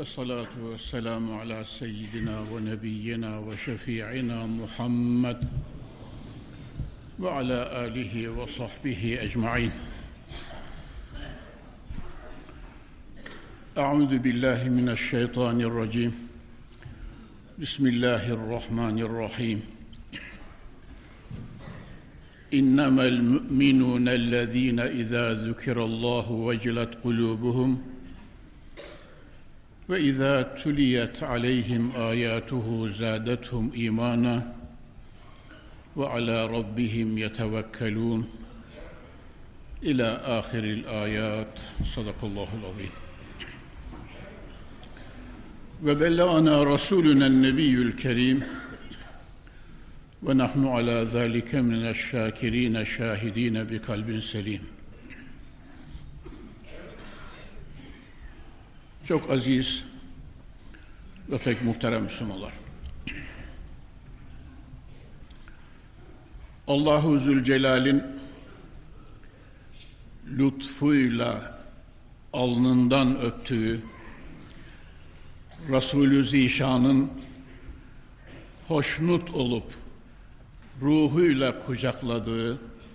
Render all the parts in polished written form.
ve salatu ve selamu ala seyyidina ve nebiyyina ve şefi'ina Muhammed ve ala alihi ve sahbihi ecma'in. Euzu billahi mineşşeytanirracim. Bismillahirrahmanirrahim. İnnemel mu'minûnellezîne izâ zükirallâhu vecilet kulûbuhum ve izâ tuliyet aleyhim âyâtuhu zâdethum îmâna ve alâ rabbihim yetevekkelûn ilâ âhiril âyât. Sadakallâhul azîm. Ve bellagana rasûlünen nebiyyül kerîm ve nahnu alâ zâlike mineşşâkirîne şâhidîne bi kalbin selîm. Çok aziz ve pek muhterem Müslümanlar. Allahu Zülcelal'in lütfuyla alnından öptüğü, Resulü Zişan'ın hoşnut olup ruhuyla kucakladığı,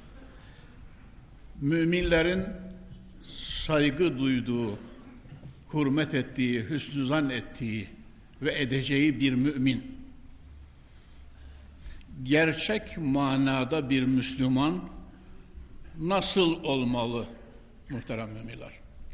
müminlerin saygı duyduğu, hürmet ettiği, hüsnü zan ettiği ve edeceği bir mümin, gerçek manada bir Müslüman nasıl olmalı muhterem müminler?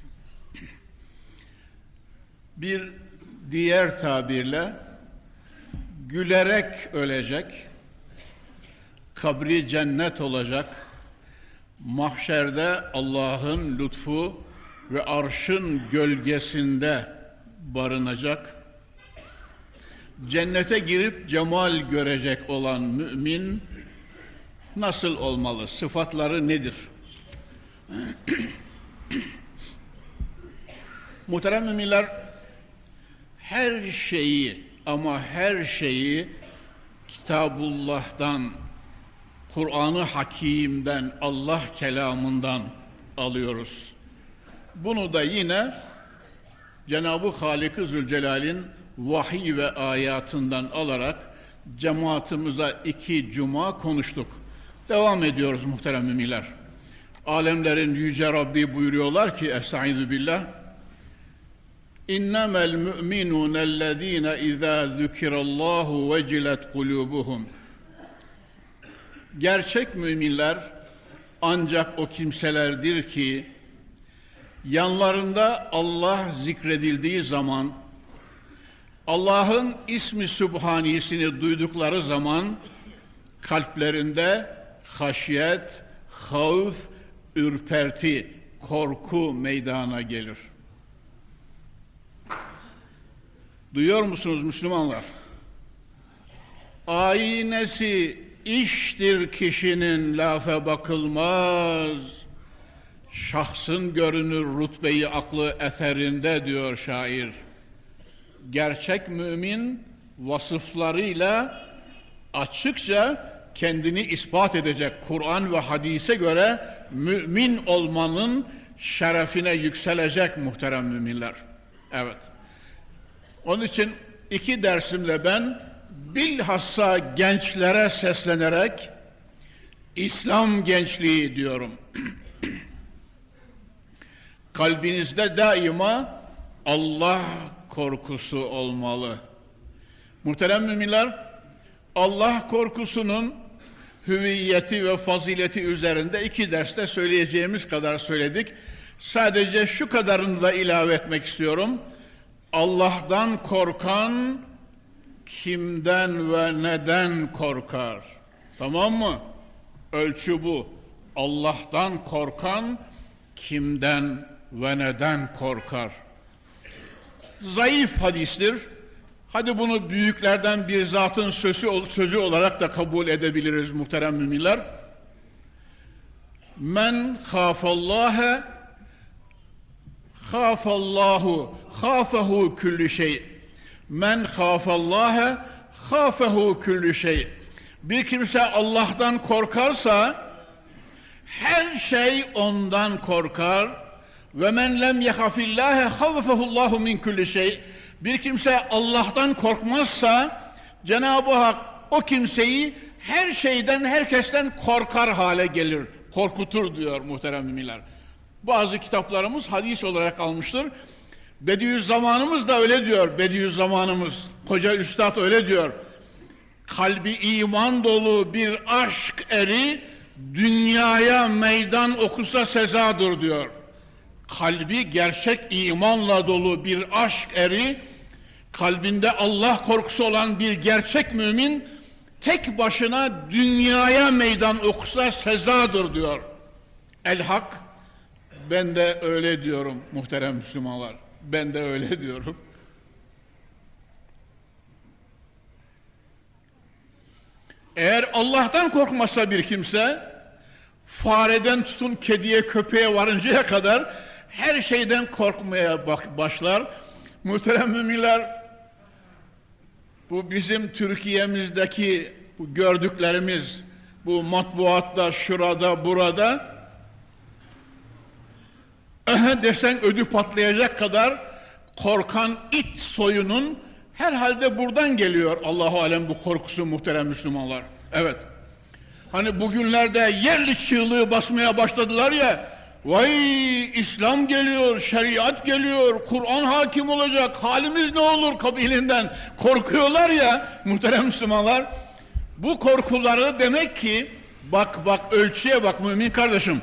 Bir diğer tabirle gülerek ölecek, kabri cennet olacak, mahşerde Allah'ın lütfu ve arşın gölgesinde barınacak, cennete girip cemal görecek olan mümin nasıl olmalı? Sıfatları nedir? Muhterem müminler, her şeyi ama her şeyi Kitabullah'tan, Kur'an-ı Hakîm'den, Allah kelamından alıyoruz. Bunu da yine Cenab-ı Halik-i Zülcelal'in vahiy ve ayatından alarak cemaatimize 2 cuma konuştuk. Devam ediyoruz muhterem müminler. Alemlerin yüce Rabbi buyuruyorlar ki Estaizu billah, İnnemel mu'minûnellezîne izâ zükirallâhu vecilet kulûbuhum. Gerçek müminler ancak o kimselerdir ki yanlarında Allah zikredildiği zaman, Allah'ın ismi sübhanisini duydukları zaman kalplerinde haşyet, havf, ürperti, korku meydana gelir. Duyuyor musunuz Müslümanlar? Aynesi iştir kişinin, lafe bakılmaz. Şahsın görünür rütbeyi aklı eserinde diyor şair. Gerçek mümin vasıflarıyla açıkça kendini ispat edecek. Kur'an ve hadise göre mümin olmanın şerefine yükselecek muhterem müminler. Evet. Onun için 2 dersimle ben bilhassa gençlere seslenerek İslam gençliği diyorum. Kalbinizde daima Allah korkusu olmalı. Muhterem müminler, Allah korkusunun hüviyeti ve fazileti üzerinde 2 derste söyleyeceğimiz kadar söyledik. Sadece şu kadarını da ilave etmek istiyorum. Allah'tan korkan kimden ve neden korkar? Tamam mı? Ölçü bu. Allah'tan korkan kimden ve neden korkar? Zayıf hadistir. Hadi bunu büyüklerden bir zatın sözü olarak da kabul edebiliriz muhterem müminler. Men khafallâhe khafallahu khafehu küllü şey. Men khafallâhe khafehu küllü şey. Bir kimse Allah'tan korkarsa her şey ondan korkar. Ve men lem yehafillâhe havfehullahu min kulli şey. Bir kimse Allah'tan korkmazsa Cenab-ı Hak o kimseyi her şeyden, herkesten korkar hale gelir, korkutur diyor muhterem müminler. Bazı kitaplarımız hadis olarak almıştır. Bediüzzamanımız da öyle diyor, Bediüzzamanımız, koca üstad öyle diyor. Kalbi iman dolu bir aşk eri, dünyaya meydan okusa sezadır diyor. Kalbi gerçek imanla dolu bir aşk eri, kalbinde Allah korkusu olan bir gerçek mümin, tek başına dünyaya meydan okusa sezadır diyor. El-Hak, ben de öyle diyorum muhterem Müslümanlar, ben de öyle diyorum. Eğer Allah'tan korkmasa bir kimse, fareden tutun kediye köpeğe varıncaya kadar her şeyden korkmaya başlar. Muhterem müminler, bu bizim Türkiye'mizdeki bu gördüklerimiz, bu matbuatta, şurada, burada, desen ödü patlayacak kadar korkan it soyunun herhalde buradan geliyor Allahu alem bu korkusu muhterem Müslümanlar. Evet. Hani bugünlerde yerli çığlığı basmaya başladılar ya, vay İslam geliyor, şeriat geliyor, Kur'an hakim olacak, halimiz ne olur kabilinden korkuyorlar ya muhterem Müslümanlar. Bu korkuları demek ki bak ölçüye bak mümin kardeşim.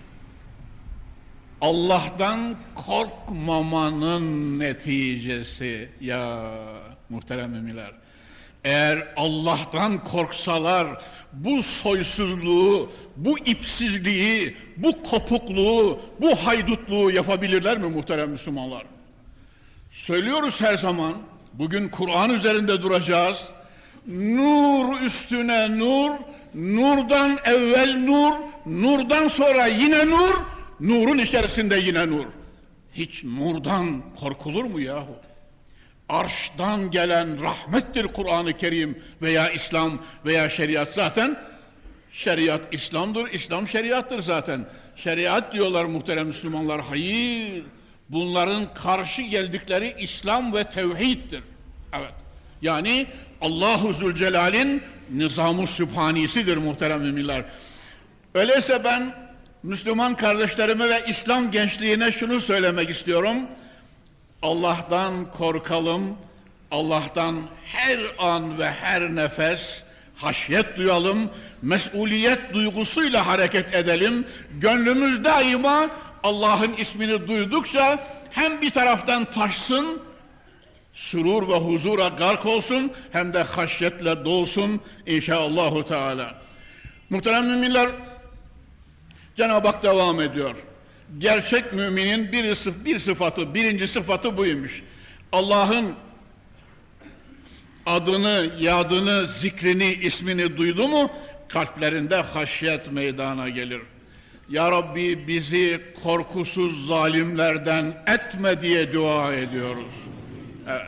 Allah'tan korkmamanın neticesi ya muhterem müminler. Eğer Allah'tan korksalar bu soysuzluğu, bu ipsizliği, bu kopukluğu, bu haydutluğu yapabilirler mi muhterem Müslümanlar? Söylüyoruz her zaman, bugün Kur'an üzerinde duracağız. Nur üstüne nur, nurdan evvel nur, nurdan sonra yine nur, nurun içerisinde yine nur. Hiç nurdan korkulur mu yahu? Arştan gelen rahmettir Kur'an-ı Kerim veya İslam veya şeriat zaten. Şeriat İslam'dır, İslam şeriattır zaten. Şeriat diyorlar muhterem Müslümanlar. Hayır, bunların karşı geldikleri İslam ve tevhiddir. Evet, yani Allahu Zülcelal'in nizam-ı sübhanisidir muhterem müminler. Öyleyse ben Müslüman kardeşlerime ve İslam gençliğine şunu söylemek istiyorum. Allah'tan korkalım, Allah'tan her an ve her nefes haşyet duyalım, mesuliyet duygusuyla hareket edelim. Gönlümüz daima Allah'ın ismini duydukça hem bir taraftan taşsın, sürur ve huzura gark olsun, hem de haşyetle dolsun inşallahü teala. Muhterem müminler, Cenab-ı Hak devam ediyor. Gerçek müminin birinci sıfatı buymuş. Allah'ın adını, yadını, zikrini, ismini duydu mu kalplerinde haşyet meydana gelir. Ya Rabbi bizi korkusuz zalimlerden etme diye dua ediyoruz. Evet.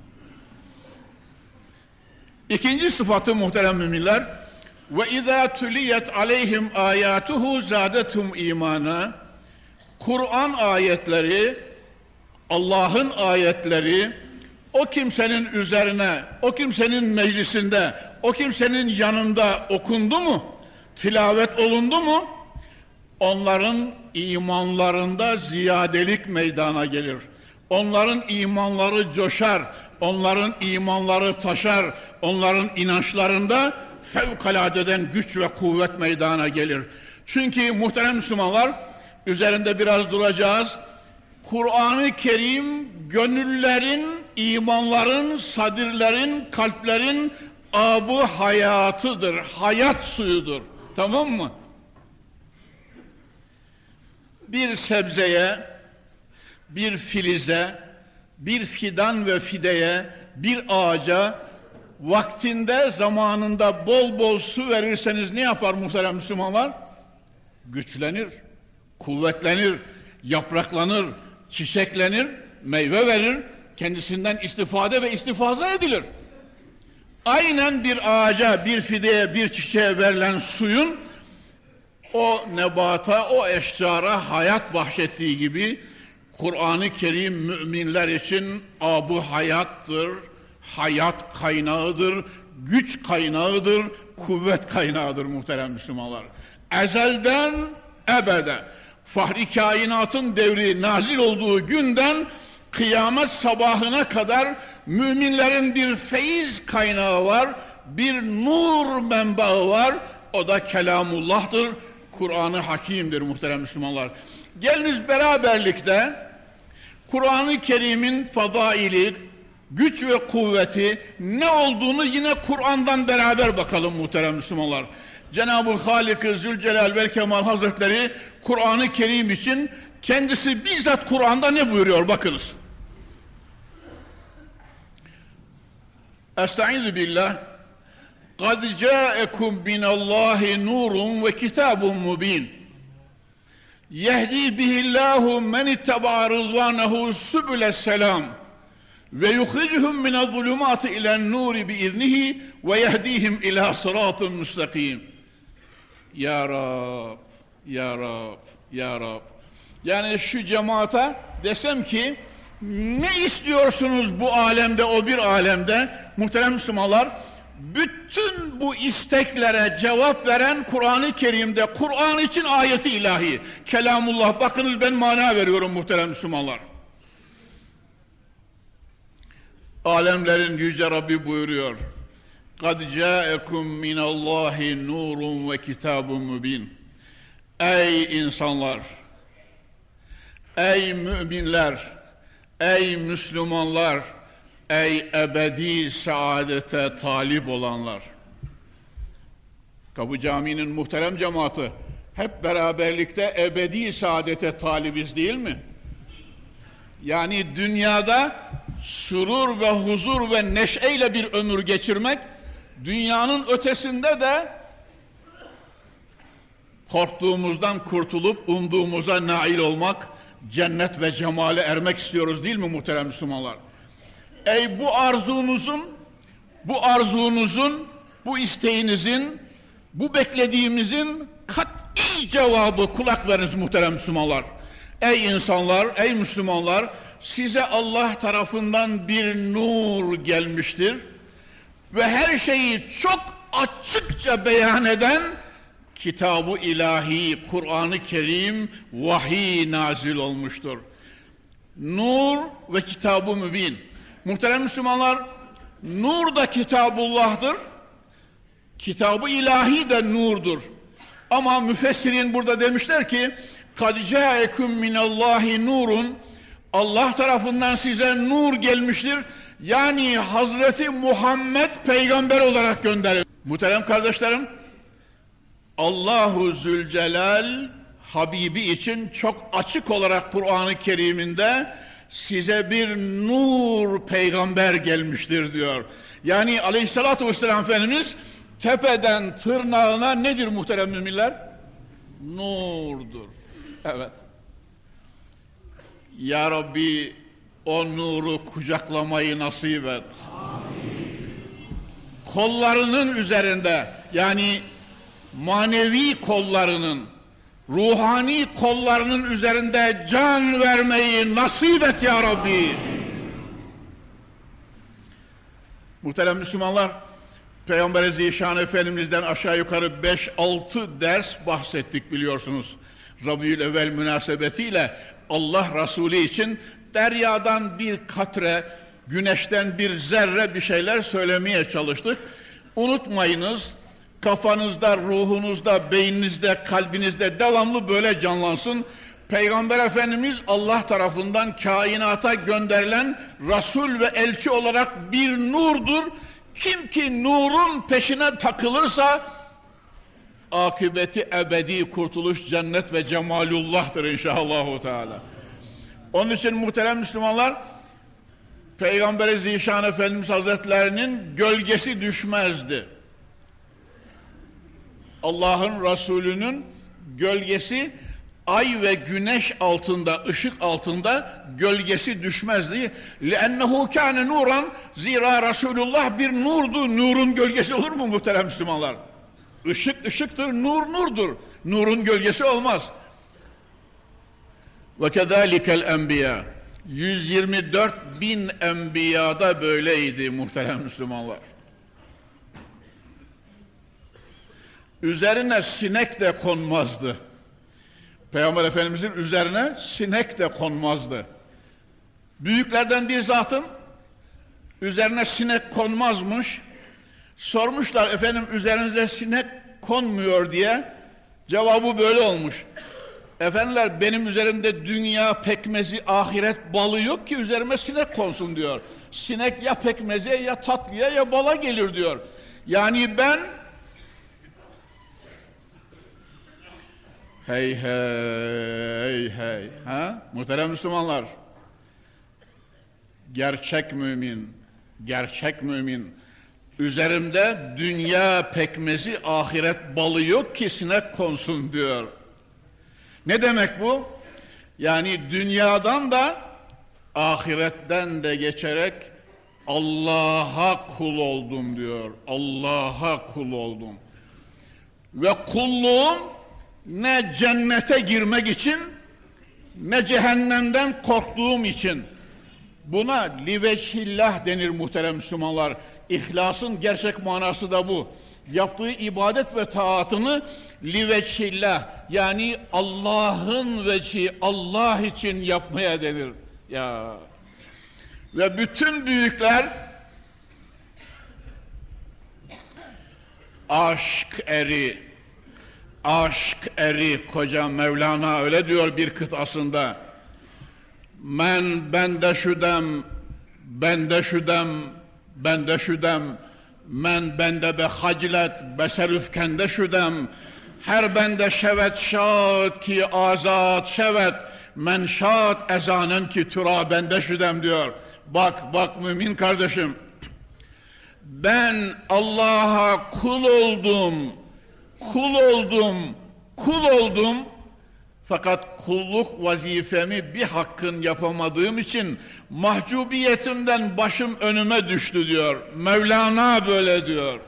İkinci sıfatı muhterem müminler, ve izâ tuliyet aleyhim âyâtuhu zâdetum imana. Kur'an ayetleri, Allah'ın ayetleri o kimsenin üzerine, o kimsenin meclisinde, o kimsenin yanında okundu mu, tilavet olundu mu, onların imanlarında ziyadelik meydana gelir. Onların imanları coşar, onların imanları taşar, onların inançlarında fevkaladeden güç ve kuvvet meydana gelir. Çünkü muhterem Müslümanlar, üzerinde biraz duracağız. Kur'an-ı Kerim gönüllerin, imanların, sadirlerin, kalplerin ab-ı hayatıdır, hayat suyudur. Tamam mı? Bir sebzeye, bir filize, bir fidan ve fideye, bir ağaca vaktinde, zamanında bol bol su verirseniz ne yapar muhterem Müslümanlar? Güçlenir, kuvvetlenir, yapraklanır, çiçeklenir, meyve verir, kendisinden istifade ve istifaza edilir. Aynen bir ağaca, bir fideye, bir çiçeğe verilen suyun o nebata, o eşcara hayat bahşettiği gibi Kur'an-ı Kerim müminler için abu hayattır, hayat kaynağıdır, güç kaynağıdır, kuvvet kaynağıdır muhterem Müslümanlar. Ezelden ebede, fahri kainatın devri nazil olduğu günden kıyamet sabahına kadar müminlerin bir feyiz kaynağı var, bir nur menbaı var, o da kelamullah'tır, Kur'an-ı Hakim'dir muhterem Müslümanlar. Geliniz beraberlikte Kur'an-ı Kerim'in fadaili, güç ve kuvveti ne olduğunu yine Kur'an'dan beraber bakalım muhterem Müslümanlar. Cenab-ı Halik-i Zülcelal ve Kemal Hazretleri Kur'an-ı Kerim için kendisi bizzat Kur'an'da ne buyuruyor bakınız. Estaizu billah. قَدْ جَاءَكُمْ مِنَ اللّٰهِ نُورٌ وَكِتَابٌ مُب۪ينٌ يَهْدِي بِهِ اللّٰهُ مَنِ اتَّبَعَ رِضْوَانَهُ سُبُلَ السَّلَامِ وَيُخْرِجُهُمْ مِنَ الظُّلُمَاتِ اِلَى النُّورِ بِإِذْنِهِ وَيَهْدِيهِمْ اِلَى صِرَاطٍ مُسْتَقِيمٍ. Ya Rab, Ya Rab, Ya Rab. Yani şu cemaate desem ki ne istiyorsunuz bu alemde, o bir alemde? Muhterem Müslümanlar, bütün bu isteklere cevap veren Kur'an-ı Kerim'de, Kur'an için ayeti ilahi, kelamullah. Bakınız ben mana veriyorum muhterem Müslümanlar. Alemlerin yüce Rabbi buyuruyor. قَدْ جَاءَكُمْ مِنَ اللّٰهِ نُورٌ وَكِتَابٌ مُب۪ينٌ. Ey insanlar, ey müminler, ey Müslümanlar, ey ebedi saadete talip olanlar. Kapı Camii'nin muhterem cemaati, hep beraberlikte ebedi saadete talibiz değil mi? Yani dünyada sürur ve huzur ve neşeyle bir ömür geçirmek, dünyanın ötesinde de korktuğumuzdan kurtulup umduğumuza nail olmak, cennet ve cemale ermek istiyoruz değil mi muhterem Müslümanlar? Ey bu arzunuzun, bu isteğinizin, bu beklediğimizin kat'i cevabı, kulak veriniz muhterem Müslümanlar. Ey insanlar, ey Müslümanlar, size Allah tarafından bir nur gelmiştir ve her şeyi çok açıkça beyan eden Kitab-ı İlahi, Kur'an-ı Kerim, vahiy nazil olmuştur. Nur ve Kitab-ı Mübin. Muhterem Müslümanlar, nur da Kitabullah'dır, Kitab-ı İlahi de nurdur. Ama müfessirin burada demişler ki, قَدْ جَاءَكُمْ مِنَ اللّٰهِ نُورٌ. Allah tarafından size nur gelmiştir. Yani Hazreti Muhammed peygamber olarak gönderildi. Muhterem kardeşlerim, Allahu Zülcelal Habibi için çok açık olarak Kur'an-ı Kerim'inde size bir nur peygamber gelmiştir diyor. Yani aleyhissalatü vesselam Efendimiz tepeden tırnağına nedir muhterem müminler? Nurdur. Evet. Ya Rabbi o nuru kucaklamayı nasip et. Amin. Kollarının üzerinde, yani manevi kollarının, ruhani kollarının üzerinde can vermeyi nasip et ya Rabbi. Amin. Muhterem Müslümanlar, Peygamber-i Zişan Efendimiz'den aşağı yukarı 5-6 ders bahsettik biliyorsunuz. Rabiül Evvel münasebetiyle Allah Resulü için deryadan bir katre, güneşten bir zerre bir şeyler söylemeye çalıştık. Unutmayınız, kafanızda, ruhunuzda, beyninizde, kalbinizde devamlı böyle canlansın. Peygamber Efendimiz Allah tarafından kainata gönderilen Resul ve elçi olarak bir nurdur. Kim ki nurun peşine takılırsa akıbeti ebedi kurtuluş, cennet ve cemalullah'tır inşallah Teala. Onun için muhterem Müslümanlar, Peygamber-i Zişan Efendimiz Hazretlerinin gölgesi düşmezdi. Allah'ın Resulü'nün gölgesi ay ve güneş altında, ışık altında gölgesi düşmezdi. لِأَنَّهُ كَانَ نُورًا. Zira Resulullah bir nurdu. Nurun gölgesi olur mu muhterem Müslümanlar? Işık ışıktır, nur nurdur. Nurun gölgesi olmaz. Ve kezalikel enbiya. 124 bin enbiyada böyleydi muhterem Müslümanlar. Üzerine sinek de konmazdı. Peygamber Efendimizin üzerine sinek de konmazdı. Büyüklerden bir zatın üzerine sinek konmazmış. Sormuşlar, efendim üzerinize sinek konmuyor diye. Cevabı böyle olmuş. Efendiler, benim üzerimde dünya pekmezi, ahiret balı yok ki üzerime sinek konsun diyor. Sinek ya pekmeze, ya tatlıya, ya bala gelir diyor. Yani ben hey hey hey ha muhterem Müslümanlar, gerçek mümin üzerimde dünya pekmezi, ahiret balı yok ki sinek konsun diyor. Ne demek bu? Yani dünyadan da ahiretten de geçerek Allah'a kul oldum diyor. Allah'a kul oldum. Ve kulluğum ne cennete girmek için, ne cehennemden korktuğum için. Buna liveçhillah denir muhterem Müslümanlar. İhlasın gerçek manası da bu. Yaptığı ibadet ve taatını liveçhillah, yani Allah'ın vecihi, Allah için yapmaya denir. Ya. Ve bütün büyükler aşk eri koca Mevlana öyle diyor bir kıtasında. Bende şüdem, men bende be haclet, beserüfkende şüdem, her bende şevet şad ki azat şevet, men şad ezanen ki tura bende şüdem diyor. Bak mümin kardeşim, ben Allah'a kul oldum, fakat kulluk vazifemi bir hakkın yapamadığım için mahcubiyetimden başım önüme düştü diyor. Mevlana böyle diyor.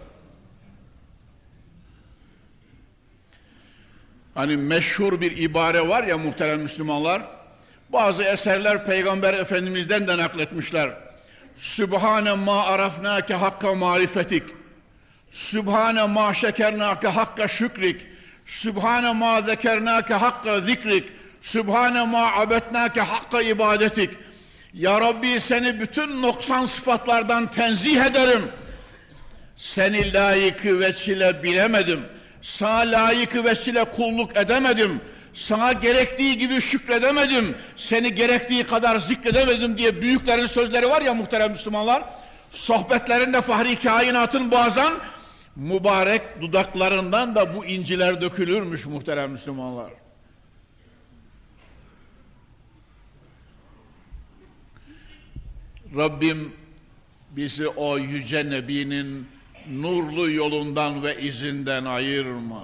Hani meşhur bir ibare var ya muhterem Müslümanlar, bazı eserler Peygamber Efendimiz'den de nakletmişler. Sübhane ma arafnake hakka marifetik, Sübhane ma şekernake hakka şükrik, Sübhane ma zekernake hakka zikrik, Sübhane ma abetnake hakka ibadetik. Ya Rabbi, seni bütün noksan sıfatlardan tenzih ederim. Seni layık-ı veçile bilemedim. Sana layık-ı veçile kulluk edemedim. Sana gerektiği gibi şükredemedim. Seni gerektiği kadar zikredemedim diye büyüklerin sözleri var ya muhterem Müslümanlar. Sohbetlerinde Fahri Kainat'ın bazen mübarek dudaklarından da bu inciler dökülürmüş muhterem Müslümanlar. Rabbim bizi o yüce Nebi'nin nurlu yolundan ve izinden ayırma.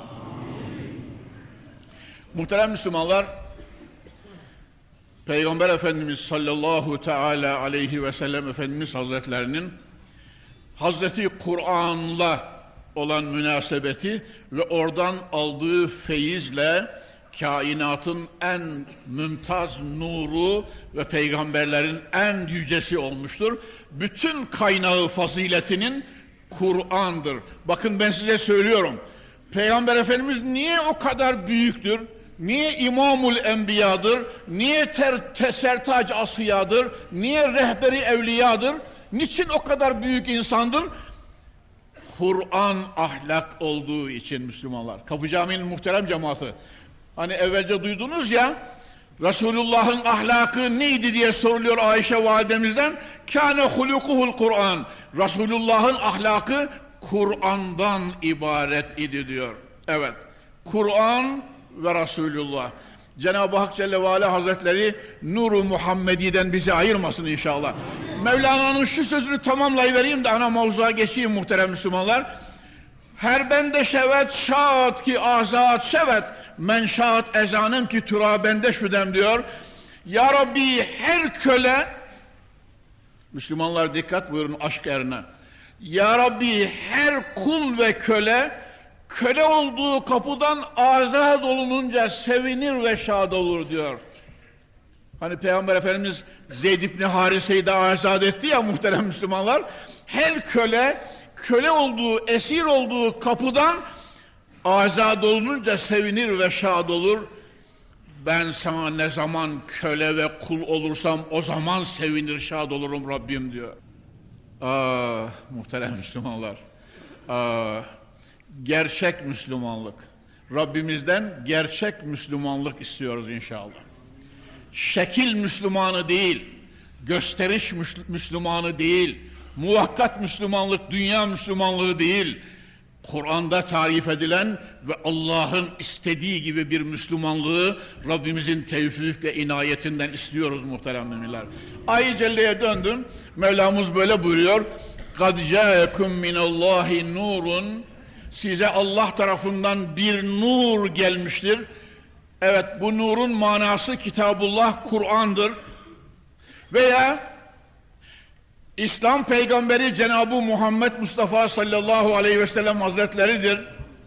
Muhterem Müslümanlar, Peygamber Efendimiz sallallahu teala aleyhi ve sellem Efendimiz Hazretlerinin Hazreti Kur'an'la olan münasebeti ve oradan aldığı feyizle kainatın en mümtaz nuru ve peygamberlerin en yücesi olmuştur. Bütün kaynağı faziletinin Kur'an'dır. Bakın ben size söylüyorum. Peygamber Efendimiz niye o kadar büyüktür? Niye İmamul Enbiya'dır? Niye sertac asfiyadır? Niye rehberi evliyadır? Niçin o kadar büyük insandır? Kur'an ahlak olduğu için Müslümanlar. Kapı Camii'nin muhterem cemaati. Hani evvelce duydunuz ya, Resulullah'ın ahlakı neydi diye soruluyor Ayşe validemizden. Kâne hulukuhul Kur'an. Resulullah'ın ahlakı Kur'an'dan ibaret idi diyor. Evet, Kur'an ve Resulullah. Cenab-ı Hak Celle ve Ala Hazretleri Nur-u Muhammedi'den bizi ayırmasın inşallah. Mevlana'nın şu sözünü tamamlayıvereyim de ana mavzuğa geçeyim muhterem Müslümanlar. Her bende şevet şad ki azat şevet, men şad ezanem ki tura bende şüdem diyor. Ya Rabbi, her köle, Müslümanlar dikkat buyurun aşk erine. Ya Rabbi, her kul ve köle olduğu kapıdan azat olununca sevinir ve şad olur diyor. Hani Peygamber Efendimiz Zeyd İbni Harise'yi de azat etti ya muhterem Müslümanlar. Her köle olduğu, esir olduğu kapıdan azat olununca sevinir ve şad olur. Ben sana ne zaman köle ve kul olursam o zaman sevinir, şad olurum Rabbim diyor. Muhterem Müslümanlar. Gerçek Müslümanlık. Rabbimizden gerçek Müslümanlık istiyoruz inşallah. Şekil Müslümanı değil, gösteriş Müslümanı değil, muvakkat Müslümanlık, dünya Müslümanlığı değil, Kur'an'da tarif edilen ve Allah'ın istediği gibi bir Müslümanlığı Rabbimizin tevfik ve inayetinden istiyoruz muhterem müminler. Ayet-i Celle'ye döndüm, Mevlamız böyle buyuruyor, قَدْ جَاءَكُمْ مِنَ اللّٰهِ نُورٌ Size Allah tarafından bir nur gelmiştir. Evet, bu nurun manası Kitabullah, Kur'an'dır. Veya İslam peygamberi Cenab-ı Muhammed Mustafa sallallahu aleyhi ve sellem hazretleridir.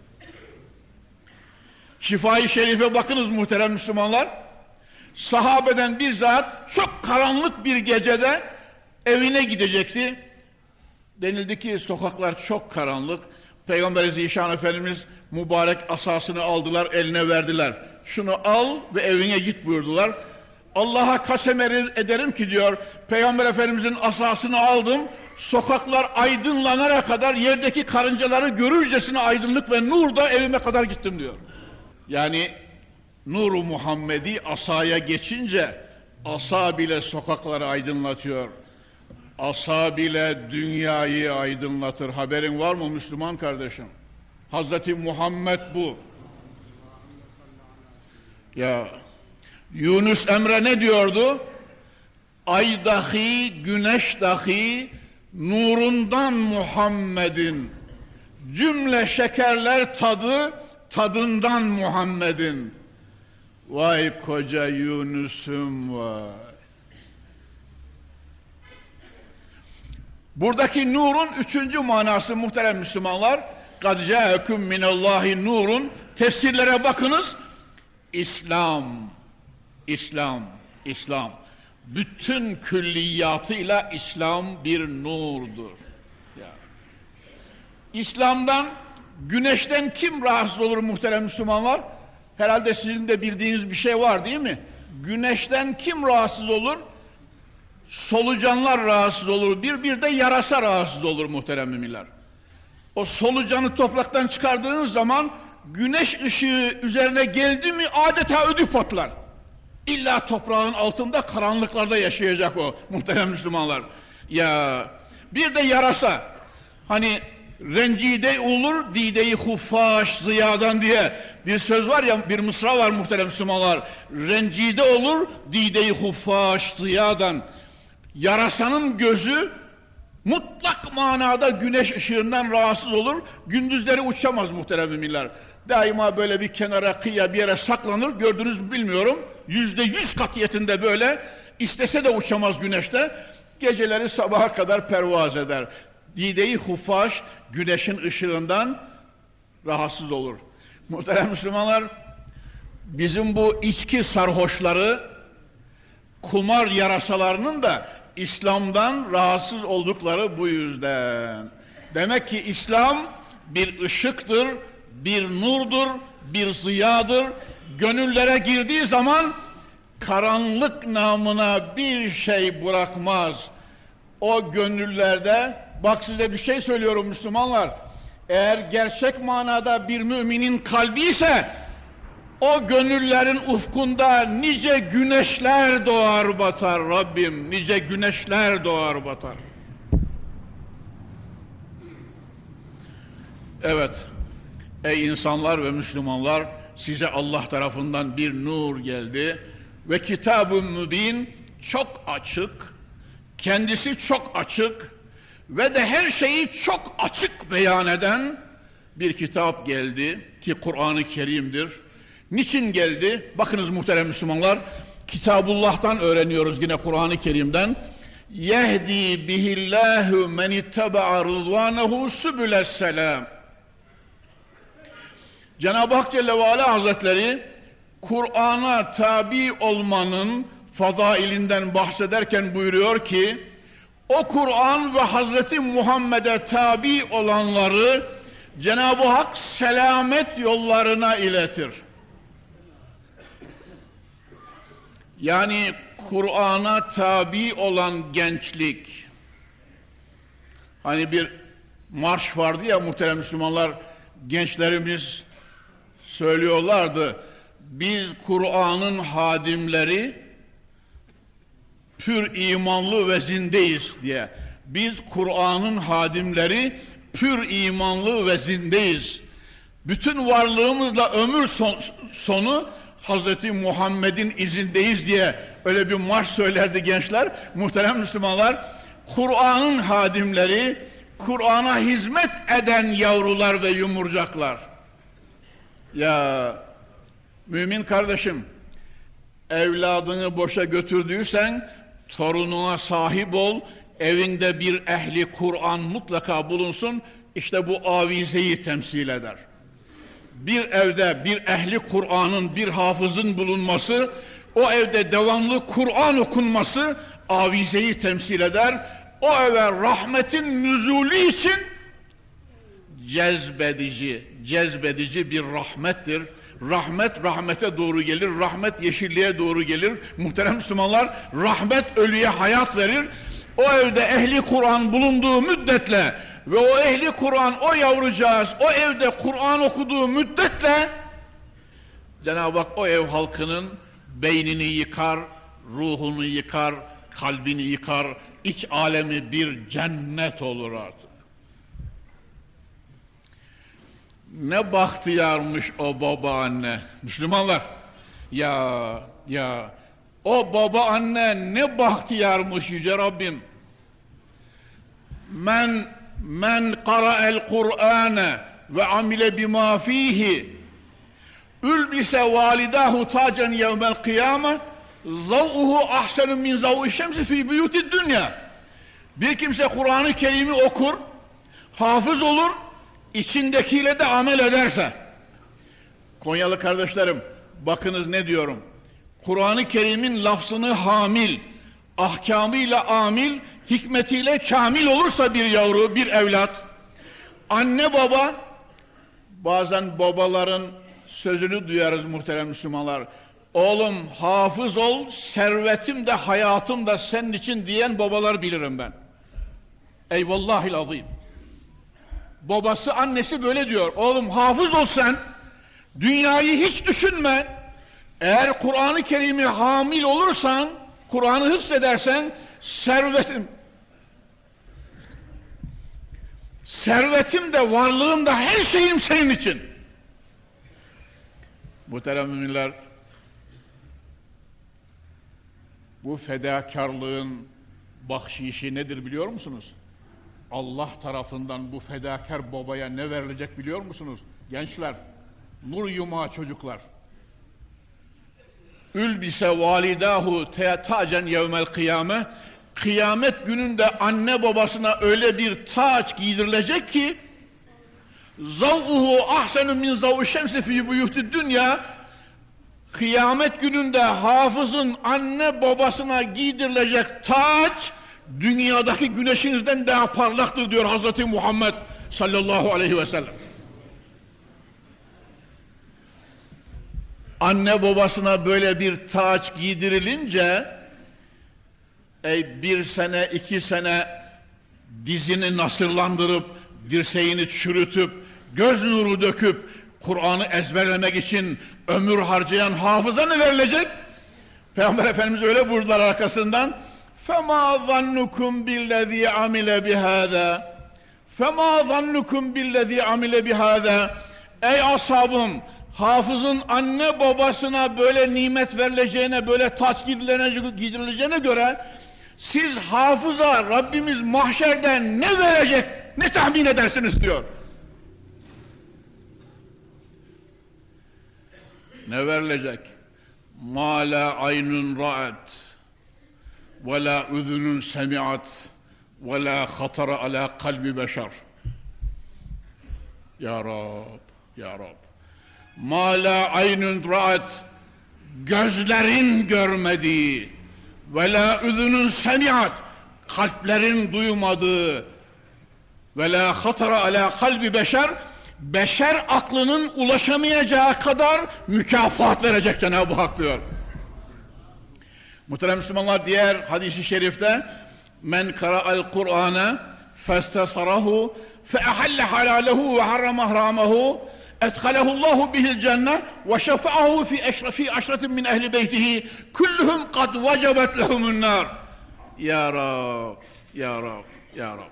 Şifa-i Şerif'e bakınız muhterem Müslümanlar. Sahabeden bir zat çok karanlık bir gecede evine gidecekti. Denildi ki sokaklar çok karanlık. Peygamber-i Zişan Efendimiz mübarek asasını aldılar, eline verdiler. Şunu al ve evine git buyurdular. Allah'a kasem ederim ki diyor, Peygamber Efendimizin asasını aldım, sokaklar aydınlanana kadar yerdeki karıncaları görürcesine aydınlık ve nur da evime kadar gittim diyor. Yani Nur-u Muhammedi asaya geçince asa bile sokakları aydınlatıyor. Asa bile dünyayı aydınlatır. Haberin var mı Müslüman kardeşim? Hazreti Muhammed bu. Ya Yunus Emre ne diyordu? Ay dahi, güneş dahi nurundan Muhammed'in, cümle şekerler tadı tadından Muhammed'in. Vay koca Yunus'um vay. Buradaki nurun üçüncü manası muhterem Müslümanlar, قَدْ جَاءَكُمْ مِنَ اللّٰهِ nurun. Tefsirlere bakınız. İslam, İslam, İslam. Bütün külliyatıyla İslam bir nurdur. Ya. İslam'dan, güneşten kim rahatsız olur muhterem Müslümanlar? Herhalde sizin de bildiğiniz bir şey var değil mi? Güneşten kim rahatsız olur? Solucanlar rahatsız olur. Bir de yarasa rahatsız olur muhterem müminler. O solucanı topraktan çıkardığınız zaman güneş ışığı üzerine geldi mi adeta ödü patlar. İlla toprağın altında karanlıklarda yaşayacak o muhterem Müslümanlar. Ya bir de yarasa. Hani rencide olur dideyi huffaş ziyadan diye bir söz var ya, bir mısra var muhterem Müslümanlar. Rencide olur dideyi huffaş ziyadan. Yarasanın gözü mutlak manada güneş ışığından rahatsız olur. Gündüzleri uçamaz muhterem müminler. Daima böyle bir kenara, kıyıya bir yere saklanır. Gördünüz mü bilmiyorum. %100 katiyetinde böyle. İstese de uçamaz güneşte. Geceleri sabaha kadar pervaz eder. Dide-i huffaş güneşin ışığından rahatsız olur. Muhterem Müslümanlar, bizim bu içki sarhoşları, kumar yarasalarının da İslam'dan rahatsız oldukları bu yüzden. Demek ki İslam bir ışıktır, bir nurdur, bir ziyadır. Gönüllere girdiği zaman karanlık namına bir şey bırakmaz. O gönüllerde, bak size bir şey söylüyorum Müslümanlar, eğer gerçek manada bir müminin kalbi ise o gönüllerin ufkunda nice güneşler doğar batar Rabbim, nice güneşler doğar batar. Evet, ey insanlar ve Müslümanlar, size Allah tarafından bir nur geldi ve Kitab-ı Mübin çok açık, kendisi çok açık ve de her şeyi çok açık beyan eden bir kitap geldi ki Kur'an-ı Kerim'dir. Niçin geldi? Bakınız muhterem Müslümanlar, Kitabullah'tan öğreniyoruz yine Kur'an-ı Kerim'den. Yehdi bihillahu men ittaba'a rızvanahu sübülesselam. Cenab-ı Hak Celle ve Ala Hazretleri Kur'an'a tabi olmanın fadailinden bahsederken buyuruyor ki, o Kur'an ve Hazreti Muhammed'e tabi olanları Cenab-ı Hak selamet yollarına iletir. Yani Kur'an'a tabi olan gençlik, hani bir marş vardı ya muhterem Müslümanlar, gençlerimiz söylüyorlardı, biz Kur'an'ın hadimleri pür imanlı ve zindeyiz diye. Biz Kur'an'ın hadimleri pür imanlı ve zindeyiz. Bütün varlığımızla ömür sonu Hazreti Muhammed'in izindeyiz diye öyle bir marş söylerdi gençler. Muhterem Müslümanlar, Kur'an'ın hadimleri, Kur'an'a hizmet eden yavrular ve yumurcaklar. Ya mümin kardeşim, evladını boşa götürdüysen torununa sahip ol, evinde bir ehli Kur'an mutlaka bulunsun. İşte bu avizeyi temsil eder. Bir evde bir ehli Kur'an'ın, bir hafızın bulunması, o evde devamlı Kur'an okunması avizeyi temsil eder. O eve rahmetin nüzulü için cezbedici bir rahmettir. Rahmet rahmete doğru gelir, rahmet yeşilliğe doğru gelir. Muhterem Müslümanlar, rahmet ölüye hayat verir. O evde ehli Kur'an bulunduğu müddetle ve o ehli Kur'an, o yavrucağız o evde Kur'an okuduğu müddetle Cenab-ı Hak o ev halkının beynini yıkar, ruhunu yıkar, kalbini yıkar, iç alemi bir cennet olur artık. Ne bahtiyarmış o babaanne. Müslümanlar, ya o babaanne ne bahtiyarmış Yüce Rabbim. Men qara'el Kur'ane ve amile bima fihi ülbise validahu tacen yevmel kıyame zav'uhu ahsenu min zav'i şemsi fi buyutid dünya. Bir kimse Kur'an-ı Kerim'i okur, hafız olur, içindekiyle de amel ederse. Konyalı kardeşlerim, bakınız ne diyorum. Kur'an-ı Kerim'in lafzını hamil, ahkamıyla amil, hikmetiyle kamil olursa bir yavru, bir evlat, anne baba, bazen babaların sözünü duyarız muhterem Müslümanlar. Oğlum hafız ol, servetim de hayatım da senin için diyen babalar bilirim ben. Eyvallahil azim. Babası, annesi böyle diyor. Oğlum hafız ol sen, dünyayı hiç düşünme. Eğer Kur'an-ı Kerim'i hamil olursan, Kur'an'ı hıfzedersen, servetim de varlığım da her şeyim senin için. Muhterem müminler, bu fedakarlığın bahşişi nedir biliyor musunuz? Allah tarafından bu fedakar babaya ne verilecek biliyor musunuz? Gençler, nur yumağı çocuklar. Ülbise validahu tacen yevmel kıyame, kıyamet gününde anne babasına öyle bir taç giydirilecek ki zav'uhu ahsenu min zav'i şemsi fi buyutid dünya, kıyamet gününde hafızın anne babasına giydirilecek taç dünyadaki güneşinizden daha parlaktır diyor Hazreti Muhammed sallallahu aleyhi ve sellem. Anne babasına böyle bir taç giydirilince bir sene, 2 sene dizini nasırlandırıp, dirseğini çürütüp, göz nuru döküp Kur'an'ı ezberlemek için ömür harcayan hafıza ne verilecek? Peygamber Efendimiz öyle buyurdular arkasından. فَمَا ظَنُّكُمْ بِالَّذ۪ي عَمِلَ بِهَذَا فَمَا ظَنُّكُمْ بِالَّذ۪ي عَمِلَ بِهَذَا. Ey ashabım, hafızın anne babasına böyle nimet verileceğine, böyle taç giydirileceğine göre siz hafıza Rabbimiz mahşerden ne verecek, ne tahmin edersiniz diyor. Ne verilecek? مَا لَا عَيْنٌ رَأَتْ وَلَا اُذُنٌ سَمِعَتْ وَلَا خَطَرَ عَلَى قَلْبِ بَشَرٍ. Ya Rab, Ya Rab. مَا لَا عَيْنٌ رَأَتْ, gözlerin görmediği, ve la üzünün semiat, kalplerin duymadığı, ve la hatara ala kalbi beşer, beşer aklının ulaşamayacağı kadar mükafat verecek Cenab-ı Hak diyor. Muhterem Müslümanlar, diğer hadis-i şerifte men kara'al Kur'ane festesarahu fe ahalle halalehu ve harrama haramahu edhalehullahu bihil cenne ve şefa'ahu fi aşretin min ehli beytihi kulluhum kad vecebet lehumun nar. Ya Rab, Ya Rab, Ya Rab.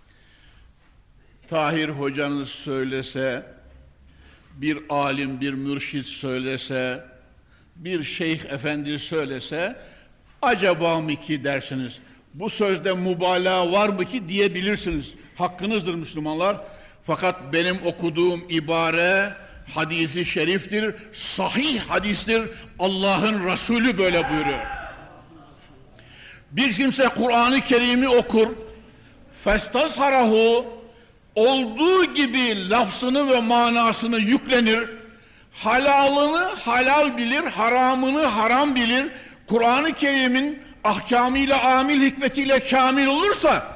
Tahir hocanız söylese, bir alim, bir mürşid söylese, bir şeyh efendi söylese, acaba mı ki dersiniz? Bu sözde mübalağa var mı ki diyebilirsiniz. Hakkınızdır Müslümanlar. Fakat benim okuduğum ibare hadisi şeriftir, sahih hadistir. Allah'ın Resulü böyle buyuruyor. Bir kimse Kur'an-ı Kerim'i okur, festazharahu, olduğu gibi lafzını ve manasını yüklenir, halalını halal bilir, haramını haram bilir, Kur'an-ı Kerim'in ahkamıyla, amil hikmetiyle kamil olursa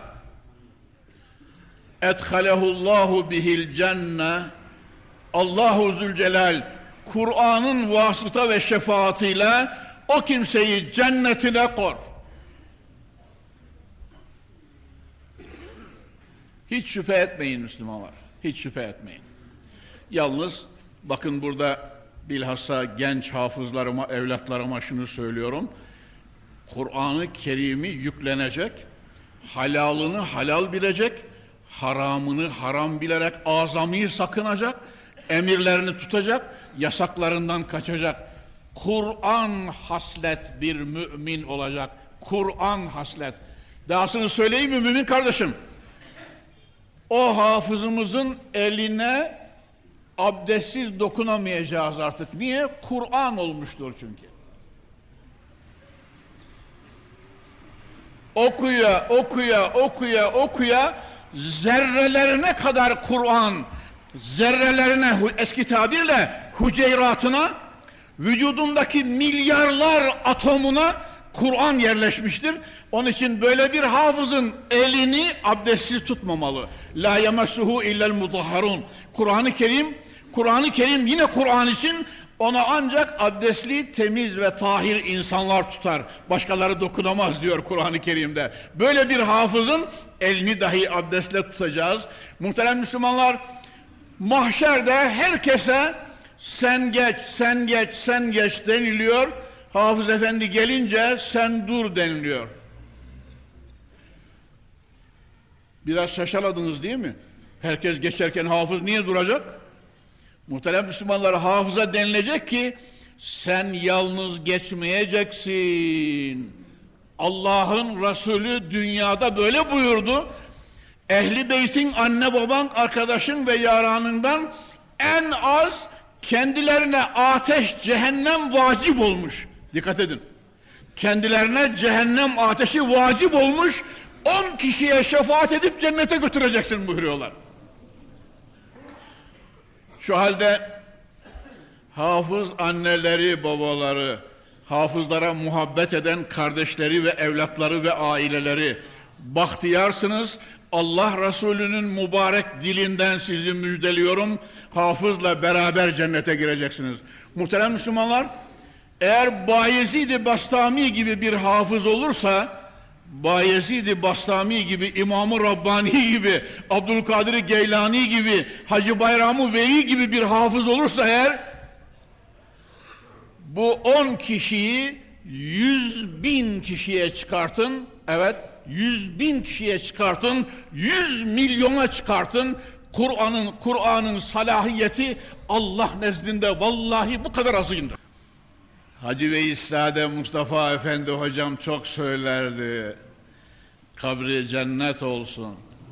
edhalehullahu bihil cenne, Allahu Zülcelal Kur'an'ın vasıta ve şefaatiyle o kimseyi cennetine kor. Hiç şüphe etmeyin Müslümanlar, hiç şüphe etmeyin. Yalnız bakın, burada bilhassa genç hafızlarıma, evlatlarıma şunu söylüyorum. Kur'an-ı Kerim'i yüklenecek, halalını halal bilecek, haramını haram bilerek azami sakınacak, emirlerini tutacak, yasaklarından kaçacak. Kur'an haslet bir mümin olacak. Kur'an haslet. Dahasını söyleyeyim mi mümin kardeşim? O hafızımızın eline abdestsiz dokunamayacağız artık. Niye? Kur'an olmuştur çünkü. Okuya zerrelerine kadar Kur'an, zerrelerine, eski tabirle hüceyratına, vücudundaki milyarlar atomuna Kur'an yerleşmiştir. Onun için böyle bir hafızın elini abdestsiz tutmamalı. La yemessuhu illel mutahharun. Kur'an-ı Kerim yine Kur'an için, ona ancak abdestli, temiz ve tahir insanlar tutar. Başkaları dokunamaz diyor Kur'an-ı Kerim'de. Böyle bir hafızın elini dahi abdestle tutacağız. Muhterem Müslümanlar, mahşerde herkese sen geç deniliyor. Hafız efendi gelince sen dur deniliyor. Biraz şaşaladınız değil mi? Herkes geçerken hafız niye duracak? Muhterem Müslümanlar, hafıza denilecek ki sen yalnız geçmeyeceksin. Allah'ın Resulü dünyada böyle buyurdu. Ehli beytin, anne baban, arkadaşın ve yaranından en az kendilerine ateş, cehennem vacip olmuş. Dikkat edin. Kendilerine cehennem ateşi vacip olmuş, 10 kişiye şefaat edip cennete götüreceksin buyuruyorlar. Şu halde hafız anneleri, babaları, hafızlara muhabbet eden kardeşleri ve evlatları ve aileleri, bahtiyarsınız. Allah Resulü'nün mübarek dilinden sizi müjdeliyorum. Hafızla beraber cennete gireceksiniz. Muhterem Müslümanlar, eğer Bayezid-i Bastami gibi bir hafız olursa, Bayezid-i Bastami gibi, İmam-ı Rabbani gibi, Abdülkadir Geylani gibi, Hacı Bayram-ı Veli gibi bir hafız olursa eğer, bu 10 kişiyi 100.000 kişiye çıkartın, evet, 100.000 kişiye çıkartın, 100 milyona çıkartın. Kur'an'ın salahiyeti Allah nezdinde vallahi bu kadar azimdir. Hacı Veysade Mustafa Efendi hocam çok söylerdi. Kabri cennet olsun.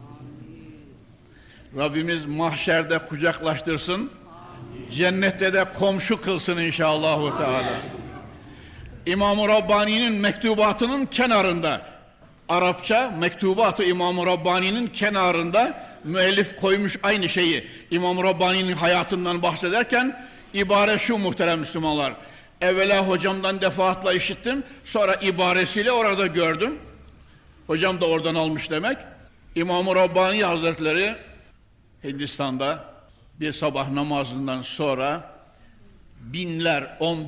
Rabbimiz mahşerde kucaklaştırsın. Cennette de komşu kılsın inşallahu teala. İmam-ı Rabbani'nin mektubatının kenarında, Arapça mektubat-ı İmam-ı Rabbani'nin kenarında müellif koymuş aynı şeyi. İmam-ı Rabbani'nin hayatından bahsederken ibare şu muhterem Müslümanlar. Evvela hocamdan defaatla işittim, sonra ibaresiyle orada gördüm. Hocam da oradan almış demek. İmam-ı Rabbani Hazretleri Hindistan'da bir sabah namazından sonra on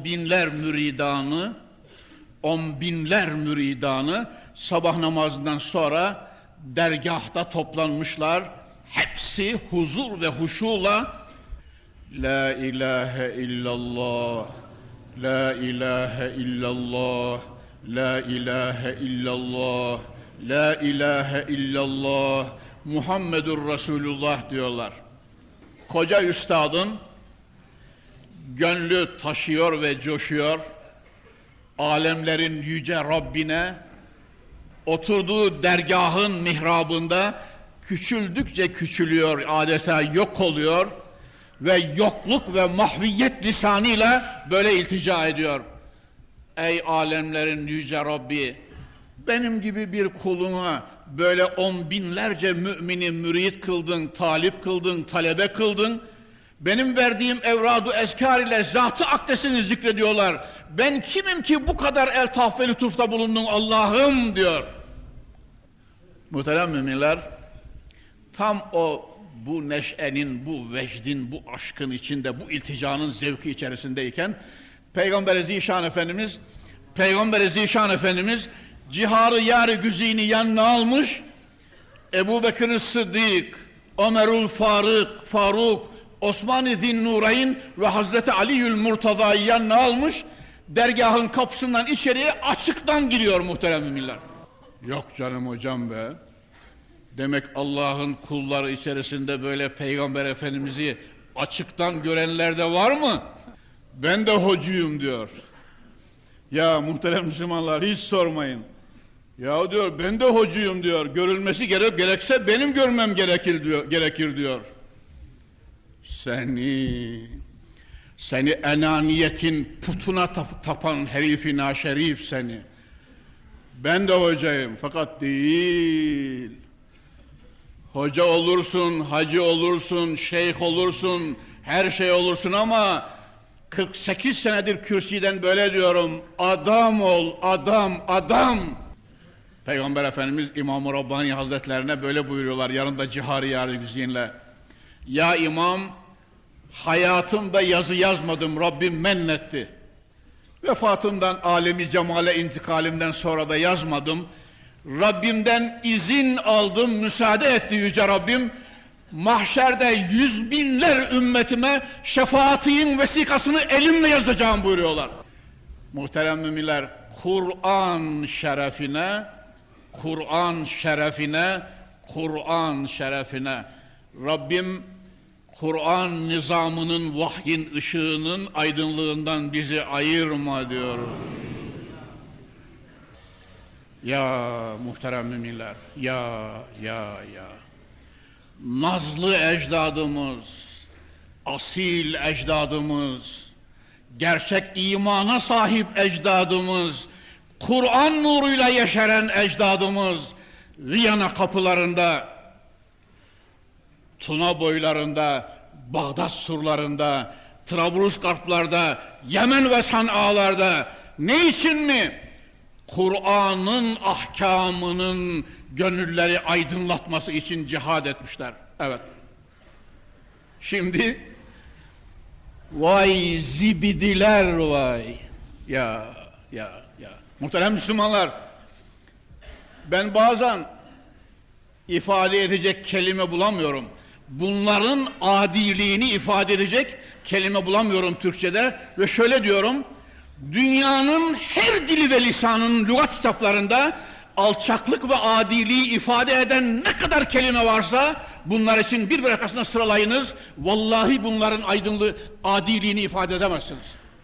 binler müridanı sabah namazından sonra dergahta toplanmışlar. Hepsi huzur ve huşuyla La ilahe illallah, La ilahe illallah, La ilahe illallah, La ilahe illallah, Muhammedur Resulullah diyorlar. Koca üstadın gönlü taşıyor ve coşuyor. Alemlerin yüce Rabbine oturduğu dergahın mihrabında küçüldükçe küçülüyor, adeta yok oluyor ve yokluk ve mahviyet lisanıyla böyle iltica ediyor. Ey alemlerin yüce Rabbi, benim gibi bir kuluna böyle on binlerce mümini mürit kıldın, talip kıldın, talebe kıldın. Benim verdiğim evradu eskar ile zat-ı akdesini zikrediyorlar. Ben kimim ki bu kadar eltaf ve lütufta bulundun Allah'ım diyor. Muhterem müminler, tam bu neşenin, bu vecdin, bu aşkın içinde, bu ilticanın zevki içerisindeyken Peygamber-i Zişan Efendimiz ciharı yâr-ı güzini yanına almış, Ebu Bekir Sıddık, Ömerül Faruk, Osman-ı Zinnurayn ve Hazreti Ali'ül Murtaza'yı yanına almış, dergahın kapısından içeriye açıktan giriyor muhterem müminler. Yok canım hocam be. Demek Allah'ın kulları içerisinde böyle Peygamber Efendimiz'i açıktan görenler de var mı? Ben de hocuyum diyor. Ya muhterem Müslümanlar hiç sormayın. Ya diyor ben de hocuyum diyor. Görülmesi gerekse benim görmem gerekir diyor. Seni enaniyetin putuna tapan herifi naşerif seni. Ben de hocayım fakat değil. Hoca olursun, hacı olursun, şeyh olursun, her şey olursun ama 48 senedir kürsüden böyle diyorum. Adam ol, adam. Peygamber Efendimiz İmam-ı Rabbani Hazretlerine böyle buyuruyorlar yanında cihari yâr-ı güzinle. Ya İmam, hayatımda yazı yazmadım, Rabbim mennetti. Vefatımdan, alemi cemale intikalimden sonra da yazmadım. Rabbimden izin aldım, müsaade etti yüce Rabbim. Mahşerde yüz binler ümmetime şefaatinin vesikasını elimle yazacağım buyuruyorlar. Muhterem müminler, Kur'an şerefine Rabbim Kur'an nizamının, vahyin ışığının aydınlığından bizi ayırma diyor. Ya muhterem müminler, ya. Nazlı ecdadımız, asil ecdadımız, gerçek imana sahip ecdadımız, Kur'an nuruyla yeşeren ecdadımız, Viyana kapılarında, Tuna boylarında, Bağdat surlarında, Trablusgarplarda, Yemen ve San'alarda, ne için mi? Kur'an'ın ahkamının gönülleri aydınlatması için cihad etmişler. Evet. Şimdi vay zibidiler vay. Ya. Muhterem Müslümanlar, ben bazen ifade edecek kelime bulamıyorum. Bunların adiliğini ifade edecek kelime bulamıyorum Türkçe'de ve şöyle diyorum. Dünyanın her dili ve lisanının lügat kitaplarında alçaklık ve adiliği ifade eden ne kadar kelime varsa bunlar için bir arkasına sıralayınız. Vallahi bunların aydınlığı, adiliğini ifade edemezsiniz.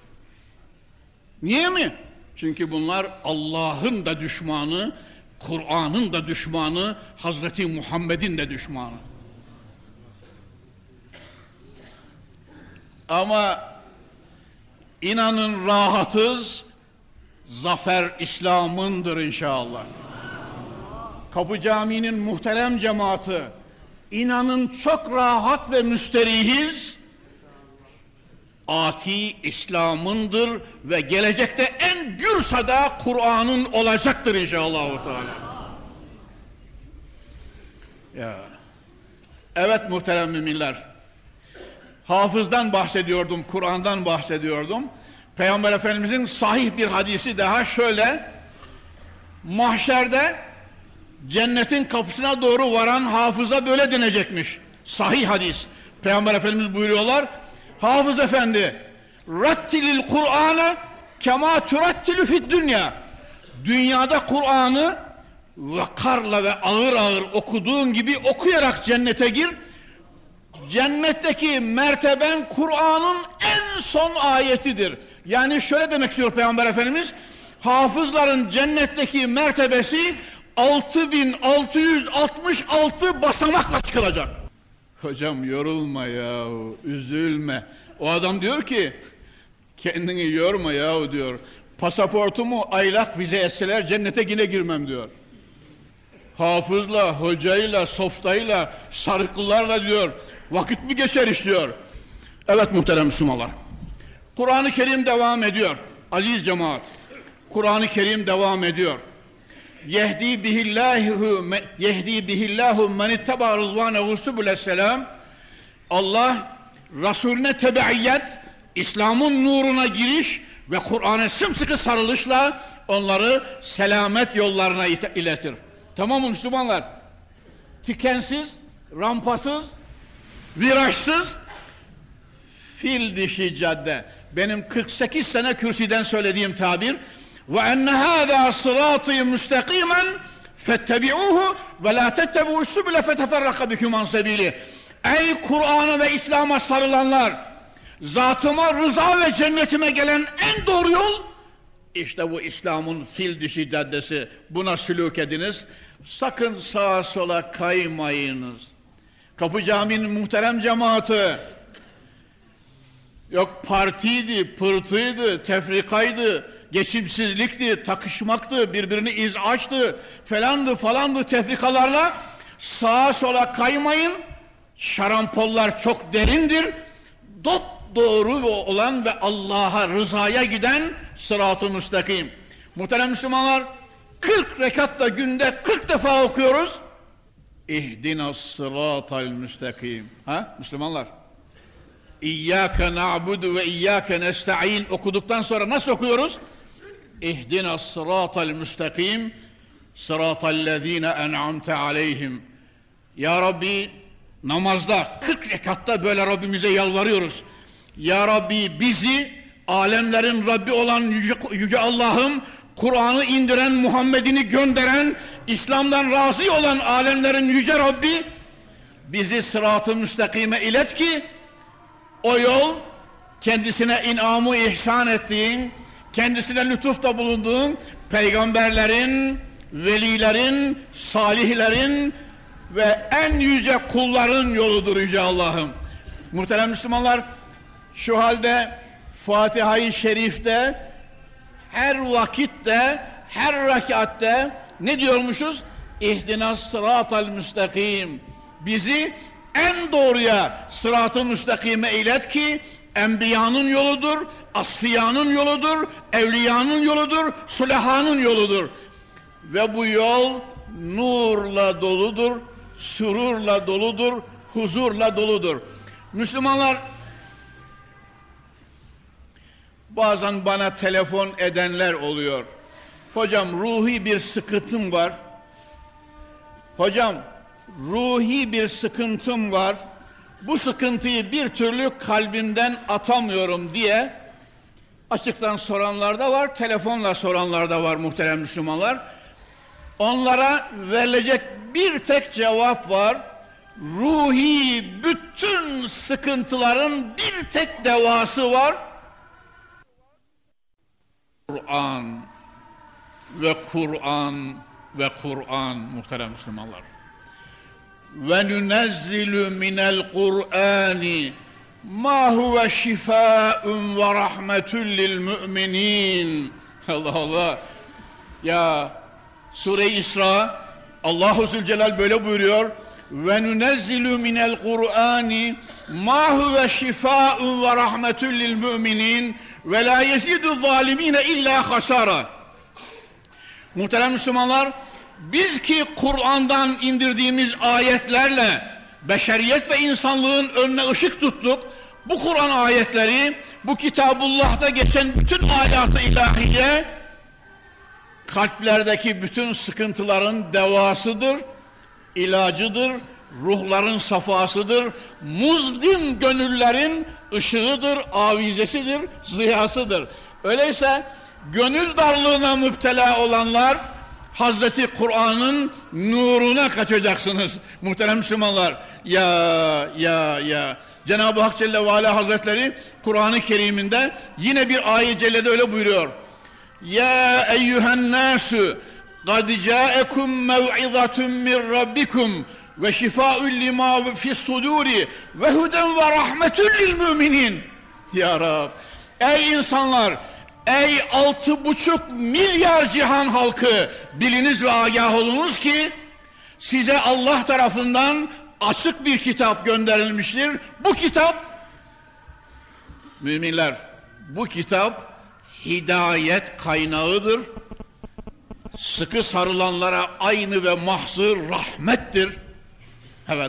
Niye mi? Çünkü bunlar Allah'ın da düşmanı, Kur'an'ın da düşmanı, Hazreti Muhammed'in de düşmanı. Ama İnanın rahatız, zafer İslam'ındır inşallah. Kapı Camii'nin muhterem cemaati, inanın çok rahat ve müsterihiz. ati İslam'ındır ve gelecekte en gür sada Kur'an'ın olacaktır inşallah. Ya. Evet muhterem müminler, hafızdan bahsediyordum, Kur'an'dan bahsediyordum. Peygamber Efendimizin sahih bir hadisi daha şöyle: mahşerde cennetin kapısına doğru varan hafıza böyle denecekmiş. Sahih hadis. Peygamber Efendimiz buyuruyorlar: Hafız efendi, rattilil Kur'an'ı kema turattilu fid dünya. Dünyada Kur'an'ı vakarla ve ağır ağır okuduğun gibi okuyarak cennete gir. Cennetteki merteben Kur'an'ın en son ayetidir. Yani şöyle demek istiyor Peygamber Efendimiz: hafızların cennetteki mertebesi 6666 basamakla çıkılacak. Hocam yorulma yahu, üzülme. O adam diyor ki, kendini yorma yahu diyor. Pasaportumu aylak vize etseler cennete yine girmem diyor. Hafızla, hocayla, softayla, sarıklılarla diyor, vakit mi geçer iş diyor. Evet muhterem Müslümanlar, Kur'an-ı Kerim devam ediyor. Aziz cemaat, Kur'an-ı Kerim devam ediyor. Yehdi bihillahu men ittaba rızvanehu subulesselam. Allah Resulüne tebeiyet, İslam'ın nuruna giriş ve Kur'an'a sımsıkı sarılışla onları selamet yollarına iletir. Tamam mı Müslümanlar? Tikensiz, rampasız, virajsız, fil dişi cadde. Benim 48 sene kürsüden söylediğim tabir. Ve enne hâzâ sırâtî müstakîmen fettebi'ûhu ve lâ tettebu'us sübüle feteferraka biküm an sebîlih. Ey Kur'an'a ve İslam'a sarılanlar, zatıma, rıza ve cennetime gelen en doğru yol işte bu İslam'ın fil dişi caddesi. Buna sülûk ediniz. Sakın sağa sola kaymayınız. Kapı Camii'nin muhterem cemaati, yok partiydi, pırtıydı, tefrikaydı, geçimsizlikti, takışmaktı, birbirini iz'açtı, falandı falandı tefrikalarla sağa sola kaymayın. Şarampollar çok derindir. Dopdoğru olan ve Allah'a, rızaya giden sırat-ı müstakim. Muhterem Müslümanlar, 40 rekatta günde 40 defa okuyoruz. İhdinas sıratal müstakim. Ha Müslümanlar? İyyâke na'budu ve iyyâke nesta'in okuduktan sonra nasıl okuyoruz? İhdinas sıratal müstakim sıratallezîne en'amte aleyhim. Ya Rabbi, namazda 40 rekatta böyle Rabbimize yalvarıyoruz. Ya Rabbi, bizi alemlerin Rabbi olan yüce Allah'ım, Kur'an'ı indiren, Muhammed'ini gönderen, İslam'dan razı olan alemlerin yüce Rabbi, bizi sırat-ı müstakime ilet ki o yol kendisine inamı ihsan ettiğin, kendisine lütufta bulunduğun peygamberlerin, velilerin, salihlerin ve en yüce kulların yoludur yüce Allah'ım. Muhterem Müslümanlar, şu halde Fatiha-i Şerif'te her vakitte, her rekatte ne diyormuşuz? İhdinas sıratal müstakim. Bizi en doğruya, sırat-ı müstakime ilet ki enbiyanın yoludur, asfiyanın yoludur, evliyanın yoludur, sulahanın yoludur. Ve bu yol nurla doludur, sürurla doludur, huzurla doludur. Müslümanlar, bazen bana telefon edenler oluyor. Hocam ruhi bir sıkıntım var. Hocam ruhi bir sıkıntım var. Bu sıkıntıyı bir türlü kalbimden atamıyorum diye açıktan soranlar da var, telefonla soranlar da var muhterem Müslümanlar. Onlara verilecek bir tek cevap var. Ruhi bütün sıkıntıların bir tek devası var. Kur'an ve Kur'an ve Kur'an muhterem Müslümanlar. Ve nunezzilu minel Kur'ani ma huve şifaun ve rahmetun lil müminin. Allah Allah. Ya Sure-i İsra, Allahu Zülcelal böyle buyuruyor. ve nunezzilu minel Kur'ani ma huve şifaun ve rahmetun lil müminin ve la yezidu zalimine illa hasara. Muhterem Müslümanlar, biz ki Kur'an'dan indirdiğimiz ayetlerle beşeriyet ve insanlığın önüne ışık tuttuk, bu Kur'an ayetleri, bu Kitabullah'ta geçen bütün ayat-ı ilahiye kalplerdeki bütün sıkıntıların devasıdır, ilacıdır, ruhların safasıdır, muzlim gönüllerin ışığıdır, avizesidir, ziyasıdır. Öyleyse gönül darlığına müptela olanlar, Hazreti Kur'an'ın nuruna kaçacaksınız muhterem Müslümanlar. Ya Cenab-ı Hak Celle ve Ala Hazretleri Kur'an-ı Kerim'inde yine bir ayet-i cellede öyle buyuruyor. Ya eyyühen nasu kad câekum mev'izatun min rabbikum ve şifâ'un limâ fi's-sudûri ve huden ve rahmetun lil müminin. Ya Rab, ey insanlar, ey 6,5 milyar cihan halkı, biliniz ve agah olunuz ki size Allah tarafından açık bir kitap gönderilmiştir. Bu kitap, müminler, bu kitap hidayet kaynağıdır. Sıkı sarılanlara aynı ve mahzır rahmettir. Evet.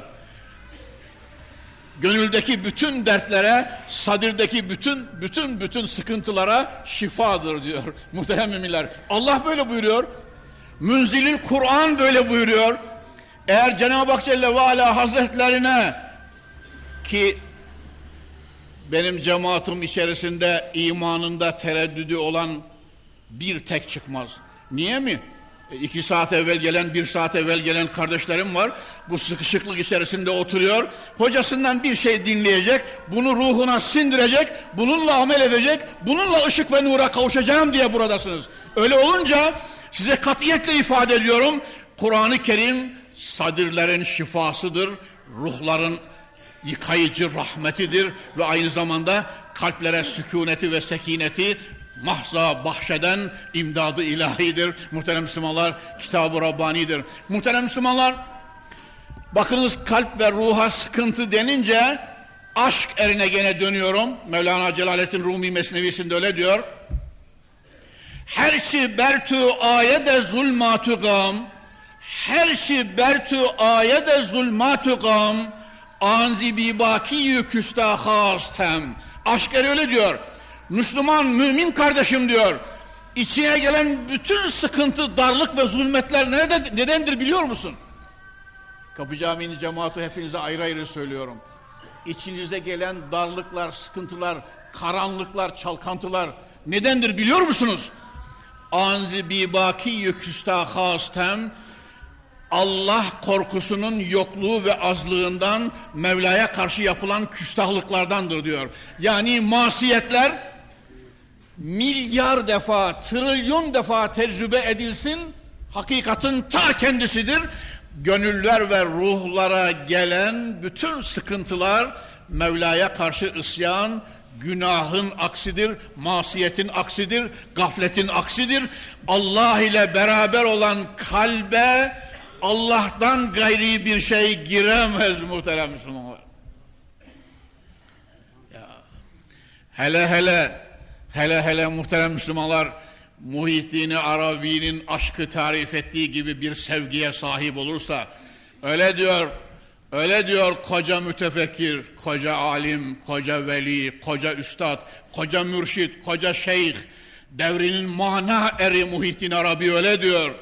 Gönüldeki bütün dertlere, sadirdeki bütün sıkıntılara şifadır diyor muhterem müminler. Allah böyle buyuruyor. Münzilil Kur'an böyle buyuruyor. Eğer Cenab-ı Hak Celle ve Ala Hazretlerine, ki benim cemaatim içerisinde imanında tereddüdü olan bir tek çıkmaz. Niye mi? 2 saat evvel gelen, 1 saat evvel gelen kardeşlerim var. Bu sıkışıklık içerisinde oturuyor. Hocasından bir şey dinleyecek, bunu ruhuna sindirecek, bununla amel edecek, bununla ışık ve nura kavuşacağım diye buradasınız. Öyle olunca size katiyetle ifade ediyorum, Kur'an-ı Kerim sadirlerin şifasıdır, ruhların yıkayıcı rahmetidir ve aynı zamanda kalplere sükuneti ve sekineti mahza bahşeden imdadı ilahidir. Muhterem Müslümanlar, Kitab-ı Rabbani'dir. Muhterem Müslümanlar, bakınız kalp ve ruha sıkıntı denince aşk erine gene dönüyorum. Mevlana Celaleddin Rumi Mesnevisinde öyle diyor. Herçi bertu ayede zulmatu gam, herçi bertu ayede zulmatu gam, anzi bi bakiyü küstahastem. Aşk eri öyle diyor. Müslüman, mümin kardeşim diyor, içine gelen bütün sıkıntı, darlık ve zulmetler nedendir biliyor musun? Kapı Camii'nin cemaati hepinize ayrı ayrı söylüyorum. İçinize gelen darlıklar, sıkıntılar, karanlıklar, çalkantılar nedendir biliyor musunuz? Anzi bi bakiyyü küstahastem, Allah korkusunun yokluğu ve azlığından, Mevla'ya karşı yapılan küstahlıklardandır diyor. Yani masiyetler milyar defa, trilyon defa tecrübe edilsin, hakikatin ta kendisidir. Gönüller ve ruhlara gelen bütün sıkıntılar Mevla'ya karşı isyan, günahın aksidir, masiyetin aksidir, gafletin aksidir. Allah ile beraber olan kalbe Allah'tan gayri bir şey giremez muhterem Müslümanlar. Ya, hele muhterem Müslümanlar, Muhyiddin Arabi'nin aşkı tarif ettiği gibi bir sevgiye sahip olursa, öyle diyor koca mütefekkir, koca alim, koca veli, koca üstad, koca mürşit, koca şeyh, devrinin mana eri Muhyiddin Arabi öyle diyor.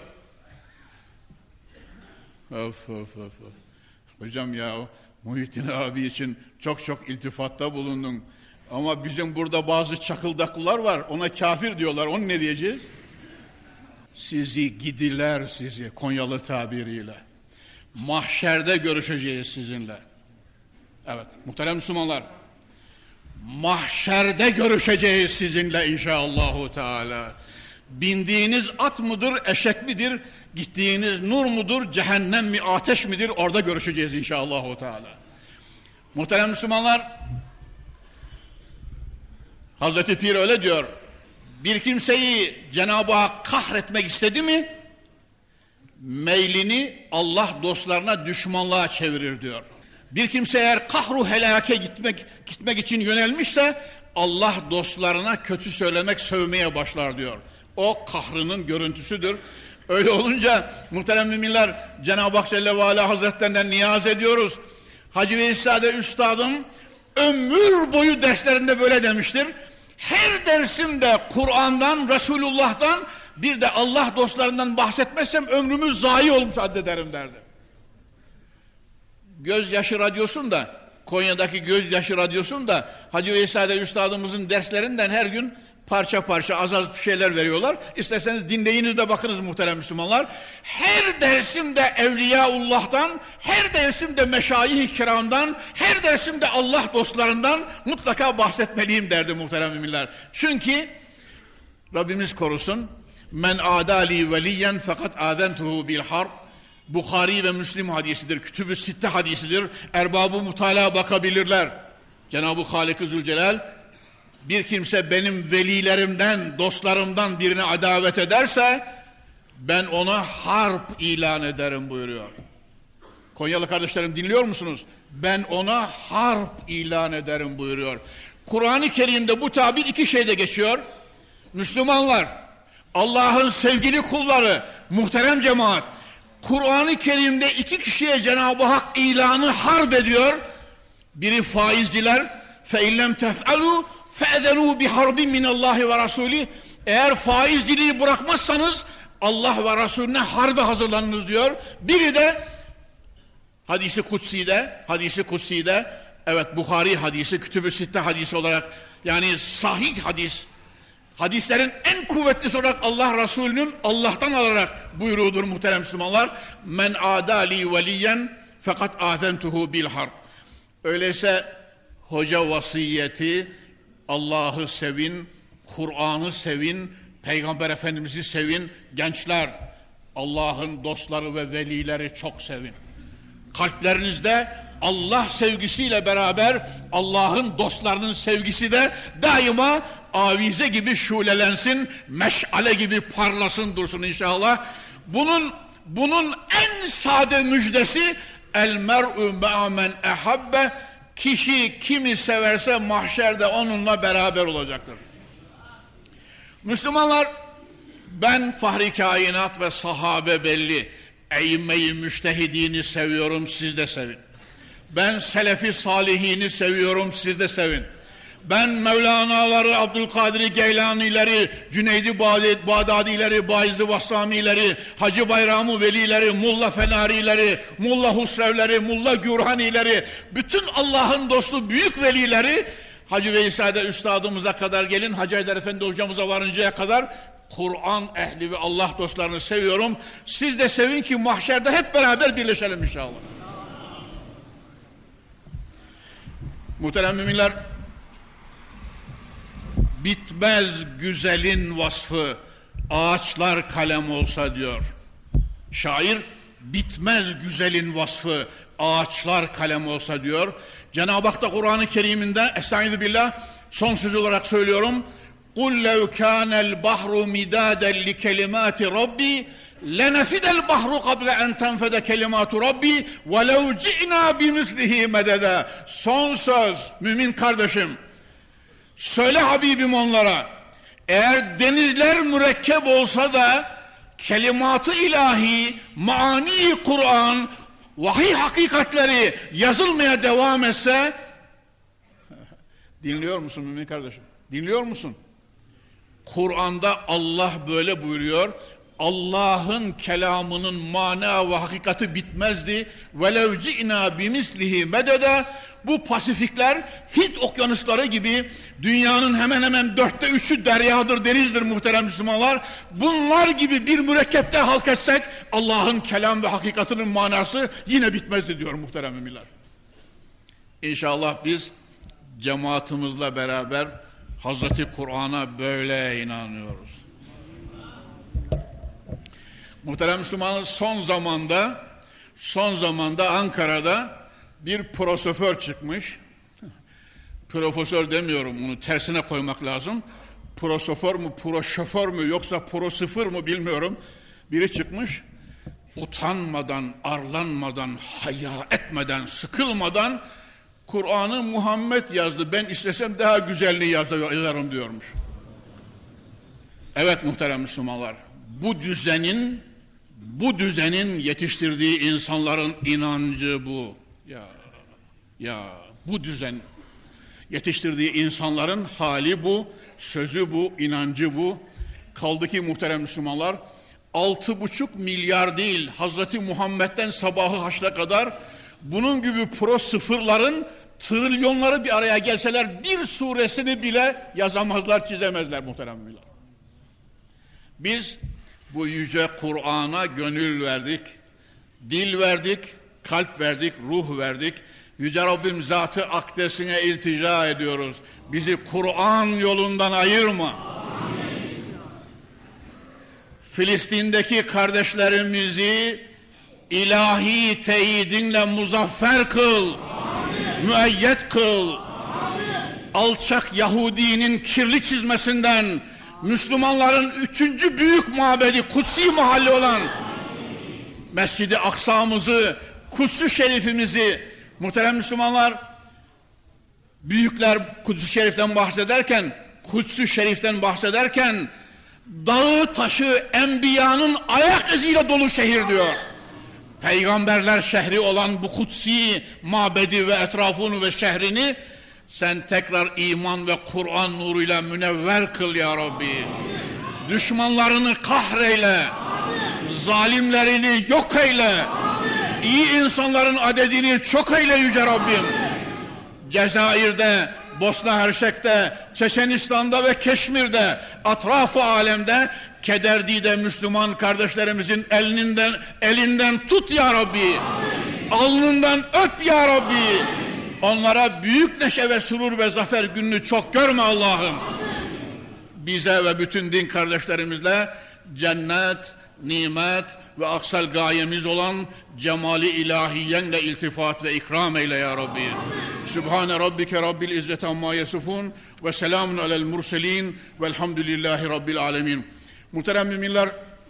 Of. Hocam ya, Muhyiddin Arabi için çok iltifatta bulundun. Ama bizim burada bazı çakıldaklılar var, ona kafir diyorlar, onu ne diyeceğiz? Sizi gidiler sizi, Konyalı tabiriyle. Mahşerde görüşeceğiz sizinle. Evet, muhterem Müslümanlar, mahşerde görüşeceğiz sizinle inşallahü teala. Bindiğiniz at mıdır, eşek midir, gittiğiniz nur mudur, cehennem mi, ateş midir, orada görüşeceğiz inşallahü teala. Muhterem Müslümanlar, Hazreti Pir öyle diyor, bir kimseyi Cenab-ı Hak kahretmek istedi mi, meylini Allah dostlarına düşmanlığa çevirir diyor. Bir kimse eğer kahru helake gitmek için yönelmişse Allah dostlarına kötü söylemek, sövmeye başlar diyor. O kahrının görüntüsüdür. Öyle olunca muhterem müminler, Cenab-ı Hak Celle ve Ala Hazretlerinden niyaz ediyoruz. Hacı Veysade Üstadım ömür boyu derslerinde böyle demiştir. Her dersimde Kur'an'dan, Resulullah'tan, bir de Allah dostlarından bahsetmezsem ömrümüz zayi olmuş addederim derdi. Gözyaşı Radyosu'nda, Konya'daki Gözyaşı Radyosu'nda Hacı Veysade Üstadımızın derslerinden her gün parça parça az bir şeyler veriyorlar. İsterseniz dinleyiniz de bakınız muhterem Müslümanlar. Her dersimde Evliyaullah'tan, her dersimde Meşayih-i Kiram'dan, her dersimde Allah dostlarından mutlaka bahsetmeliyim derdi muhterem müminler. Çünkü Rabbimiz korusun, men adali veliyen fakat azentuhu bil harb. Bukhari ve Müslim hadisidir, Kütüb-ü Sitte hadisidir. Erbab-ı mutala bakabilirler. Cenab-ı Halik-i Zülcelal, bir kimse benim velilerimden, dostlarımdan birine adavet ederse ben ona harp ilan ederim buyuruyor. Konyalı kardeşlerim, dinliyor musunuz? Ben ona harp ilan ederim buyuruyor. Kur'an-ı Kerim'de bu tabir iki şeyde geçiyor. Müslümanlar, Allah'ın sevgili kulları, muhterem cemaat, Kur'an-ı Kerim'de iki kişiye Cenab-ı Hak ilanı harp ediyor. Biri faizciler, فَاِنْ لَمْ تَفْعَلُوا فَاَذَنُوا بِحَرْبٍ مِنَ اللّٰهِ وَرَسُولِهِ. Eğer faizciliği bırakmazsanız Allah ve Resulüne harbe hazırlanınız diyor. Biri de hadisi kutsi'de, evet Bukhari hadisi, Kütüb-ü Sitte hadisi olarak, yani sahih hadis, hadislerin en kuvvetlisi olarak Allah Resulü'nün Allah'tan alarak buyruğudur muhterem Müslümanlar. Men adali veliyen fakat azentuhu bil harb. Öyleyse hoca vasiyeti, Allah'ı sevin, Kur'an'ı sevin, Peygamber Efendimiz'i sevin. Gençler, Allah'ın dostları ve velileri çok sevin. Kalplerinizde Allah sevgisiyle beraber Allah'ın dostlarının sevgisi de daima avize gibi şulelensin, meşale gibi parlasın dursun inşallah. Bunun en sade müjdesi el mer'u ma'a men ehabbe. Kişi kimi severse mahşerde onunla beraber olacaktır. Müslümanlar, ben Fahri Kainat ve sahabe belli, eyyime-i müştehidini seviyorum, siz de sevin. Ben Selefi salihini seviyorum, siz de sevin. Ben Mevlana'ları, Abdülkadir Geylani'leri, Cüneydi Bağdadi'leri, Bayezid Vastami'leri, Hacı Bayram-ı Veli'leri, Mulla Fenari'leri, Mulla Husrev'leri, Mulla Gürhani'leri, bütün Allah'ın dostu büyük velileri, Hacı Veysade Üstadımıza kadar gelin, Hacı Haydar Efendi hocamıza varıncaya kadar Kur'an ehli ve Allah dostlarını seviyorum. Siz de sevin ki mahşerde hep beraber birleşelim inşallah. Muhterem müminler, bitmez güzelin vasfı ağaçlar kalem olsa diyor. Şair, bitmez güzelin vasfı ağaçlar kalem olsa diyor. Cenab-ı Hak da Kur'an-ı Kerim'inde, estaizu billah, son söz olarak söylüyorum. قُلْ لَوْ كَانَ الْبَحْرُ مِدَادًا لِكَلِمَاتِ رَبِّي لَنَفِدَ الْبَحْرُ قَبْلَ أَنْ تَنْفَدَ كَلِمَاتُ رَبِّي وَلَوْ جِئْنَا بِمِثْلِهِ مَدَدًا. Son söz mümin kardeşim. Söyle Habibim onlara, eğer denizler mürekkep olsa da kelimat-ı ilahi, maani Kur'an, vahiy hakikatleri yazılmaya devam etse, dinliyor musun mümin kardeşim? Dinliyor musun? Kur'an'da Allah böyle buyuruyor. Allah'ın kelamının mana ve hakikati bitmezdi. وَلَوْ جِئْنَا بِمِثْلِهِ مَدَدًا. Bu Pasifikler Hint okyanusları gibi dünyanın hemen hemen 3/4'ü deryadır, denizdir muhterem Müslümanlar. Bunlar gibi bir mürekkepte halk etsek Allah'ın kelam ve hakikatinin manası yine bitmezdi diyor muhterem müminler. İnşallah biz cemaatimizle beraber Hazreti Kur'an'a böyle inanıyoruz. Muhterem Müslümanlar, son zamanda Ankara'da bir profesör çıkmış. Profesör demiyorum, bunu tersine koymak lazım. Profesör mü, proşoför mü yoksa prosifır mı bilmiyorum. Biri çıkmış. utanmadan, arlanmadan, haya etmeden, sıkılmadan Kur'an'ı Muhammed yazdı. Ben istesem daha güzelini yazarım diyormuş. Evet muhterem Müslümanlar, bu düzenin yetiştirdiği insanların inancı bu. Bu düzen yetiştirdiği insanların hali bu, sözü bu, inancı bu. Kaldı ki muhterem Müslümanlar, 6,5 milyar değil, Hazreti Muhammed'den sabahı haşra kadar bunun gibi pro sıfırların trilyonları bir araya gelseler bir suresini bile yazamazlar, çizemezler muhterem müminler. Biz bu yüce Kur'an'a gönül verdik, dil verdik, kalp verdik, ruh verdik. Yüce Rabbim Zat-ı Akdes'ine iltica ediyoruz. Bizi Kur'an yolundan ayırma. Amin. Filistin'deki kardeşlerimizi ilahi teyidinle muzaffer kıl, amin. Müeyyet kıl. Amin. Alçak Yahudinin kirli çizmesinden Müslümanların 3. büyük mabedi, kutsi mahalli olan Mescid-i Aksa'mızı, Kuds-ı Şerifimizi, muhterem Müslümanlar, büyükler Kuds-ı Şerif'ten bahsederken dağı taşı enbiyanın ayak iziyle dolu şehir diyor. Peygamberler şehri olan bu kutsi mabedi ve etrafını ve şehrini sen tekrar iman ve Kur'an nuruyla münevver kıl ya Rabbi. Düşmanlarını kahreyle, zalimlerini yok eyle, iyi insanların adedini çok eyle yüce Rabbim. Cezayir'de, Bosna Hersek'te, Çeçenistan'da ve Keşmir'de, atraf-ı alemde Kederdi'de Müslüman kardeşlerimizin elinden tut ya Rabbi. Alnından öp ya Rabbi. Onlara büyük neşe ve surur ve zafer gününü çok görme Allah'ım. Bize ve bütün din kardeşlerimizle cennet, nimet ve aksal gayemiz olan cemali ilahiyenle iltifat ve ikram eyle ya Rabbi. Sübhane Rabbike Rabbil İzzeti amma yasifun ve selamun alel murselin velhamdülillahi Rabbil alemin. Muhterem müminler,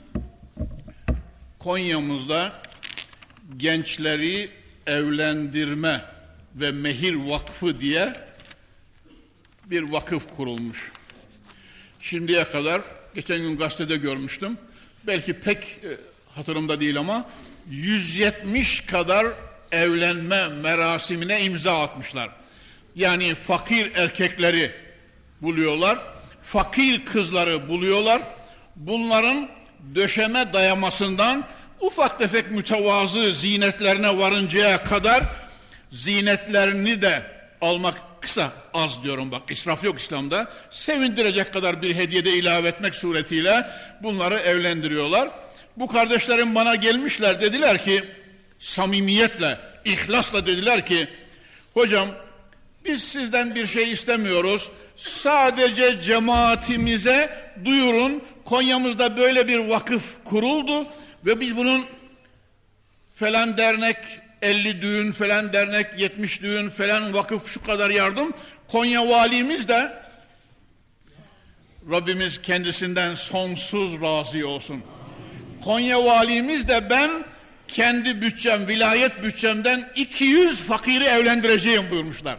Konya'mızda gençleri evlendirme ve mehir vakfı diye bir vakıf kurulmuş. Şimdiye kadar, geçen gün gazetede görmüştüm, belki pek hatırımda değil ama 170 kadar evlenme merasimine imza atmışlar. Yani fakir erkekleri buluyorlar, fakir kızları buluyorlar. Bunların döşeme dayamasından ufak tefek mütevazı zinetlerine varıncaya kadar zinetlerini de almak, kısa az diyorum bak, israf yok İslam'da, sevindirecek kadar bir hediye de ilave etmek suretiyle bunları evlendiriyorlar. Bu kardeşlerim bana gelmişler, dediler ki samimiyetle, ihlasla dediler ki hocam biz sizden bir şey istemiyoruz, sadece cemaatimize duyurun, Konya'mızda böyle bir vakıf kuruldu ve biz bunun falan dernek 50 düğün, falan dernek 70 düğün, falan vakıf şu kadar yardım. Konya valimiz de Rabbimiz kendisinden sonsuz razı olsun. Konya valimiz de ben kendi bütçem, vilayet bütçemden 200 fakiri evlendireceğim buyurmuşlar.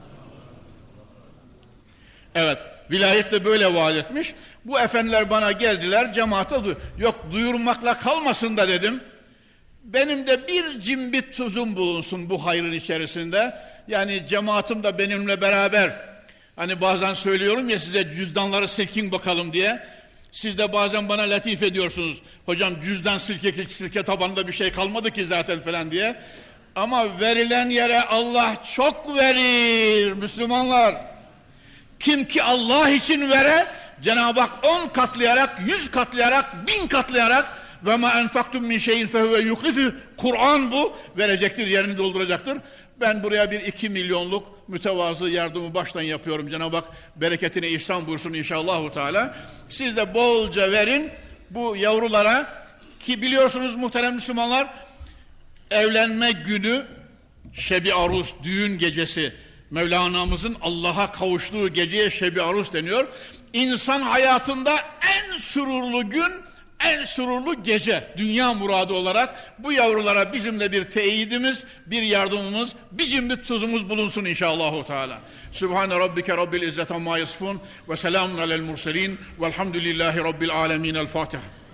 Evet, vilayet de böyle vaat etmiş. Bu efendiler bana geldiler, cemaate yok duyurmakla kalmasın da dedim. Benim de bir cimbit tuzum bulunsun bu hayrın içerisinde. Yani cemaatim de benimle beraber. Hani bazen söylüyorum ya size, cüzdanları silkin bakalım diye. Siz de bazen bana latif ediyorsunuz. Hocam cüzdan silke tabanında bir şey kalmadı ki zaten falan diye. Ama verilen yere Allah çok verir Müslümanlar. Kim ki Allah için vere, Cenab-ı Hak 10 katlayarak, 100 katlayarak, 1000 katlayarak ve ma enfaktum min şeyin fehuve yuhlifü, Kur'an bu, verecektir, yerini dolduracaktır. Ben buraya bir 2 milyonluk mütevazı yardımı baştan yapıyorum. Cenab-ı Hak bereketini ihsan buyursun inşallahu teala. Siz de bolca verin bu yavrulara, ki biliyorsunuz muhterem Müslümanlar, evlenme günü Şebi Arus, düğün gecesi, Mevlana'mızın Allah'a kavuştuğu geceye Şebi Arus deniyor. İnsan hayatında en sururlu gün en sururlu gece, dünya muradı olarak bu yavrulara bizim de bir teyidimiz, bir yardımımız, bir cimdik tuzumuz bulunsun inşallah Teala. Sübhane Rabbike Rabbil İzzet amma yasifun ve selamun alel murselin velhamdülillahi Rabbil alemin. El Fatiha.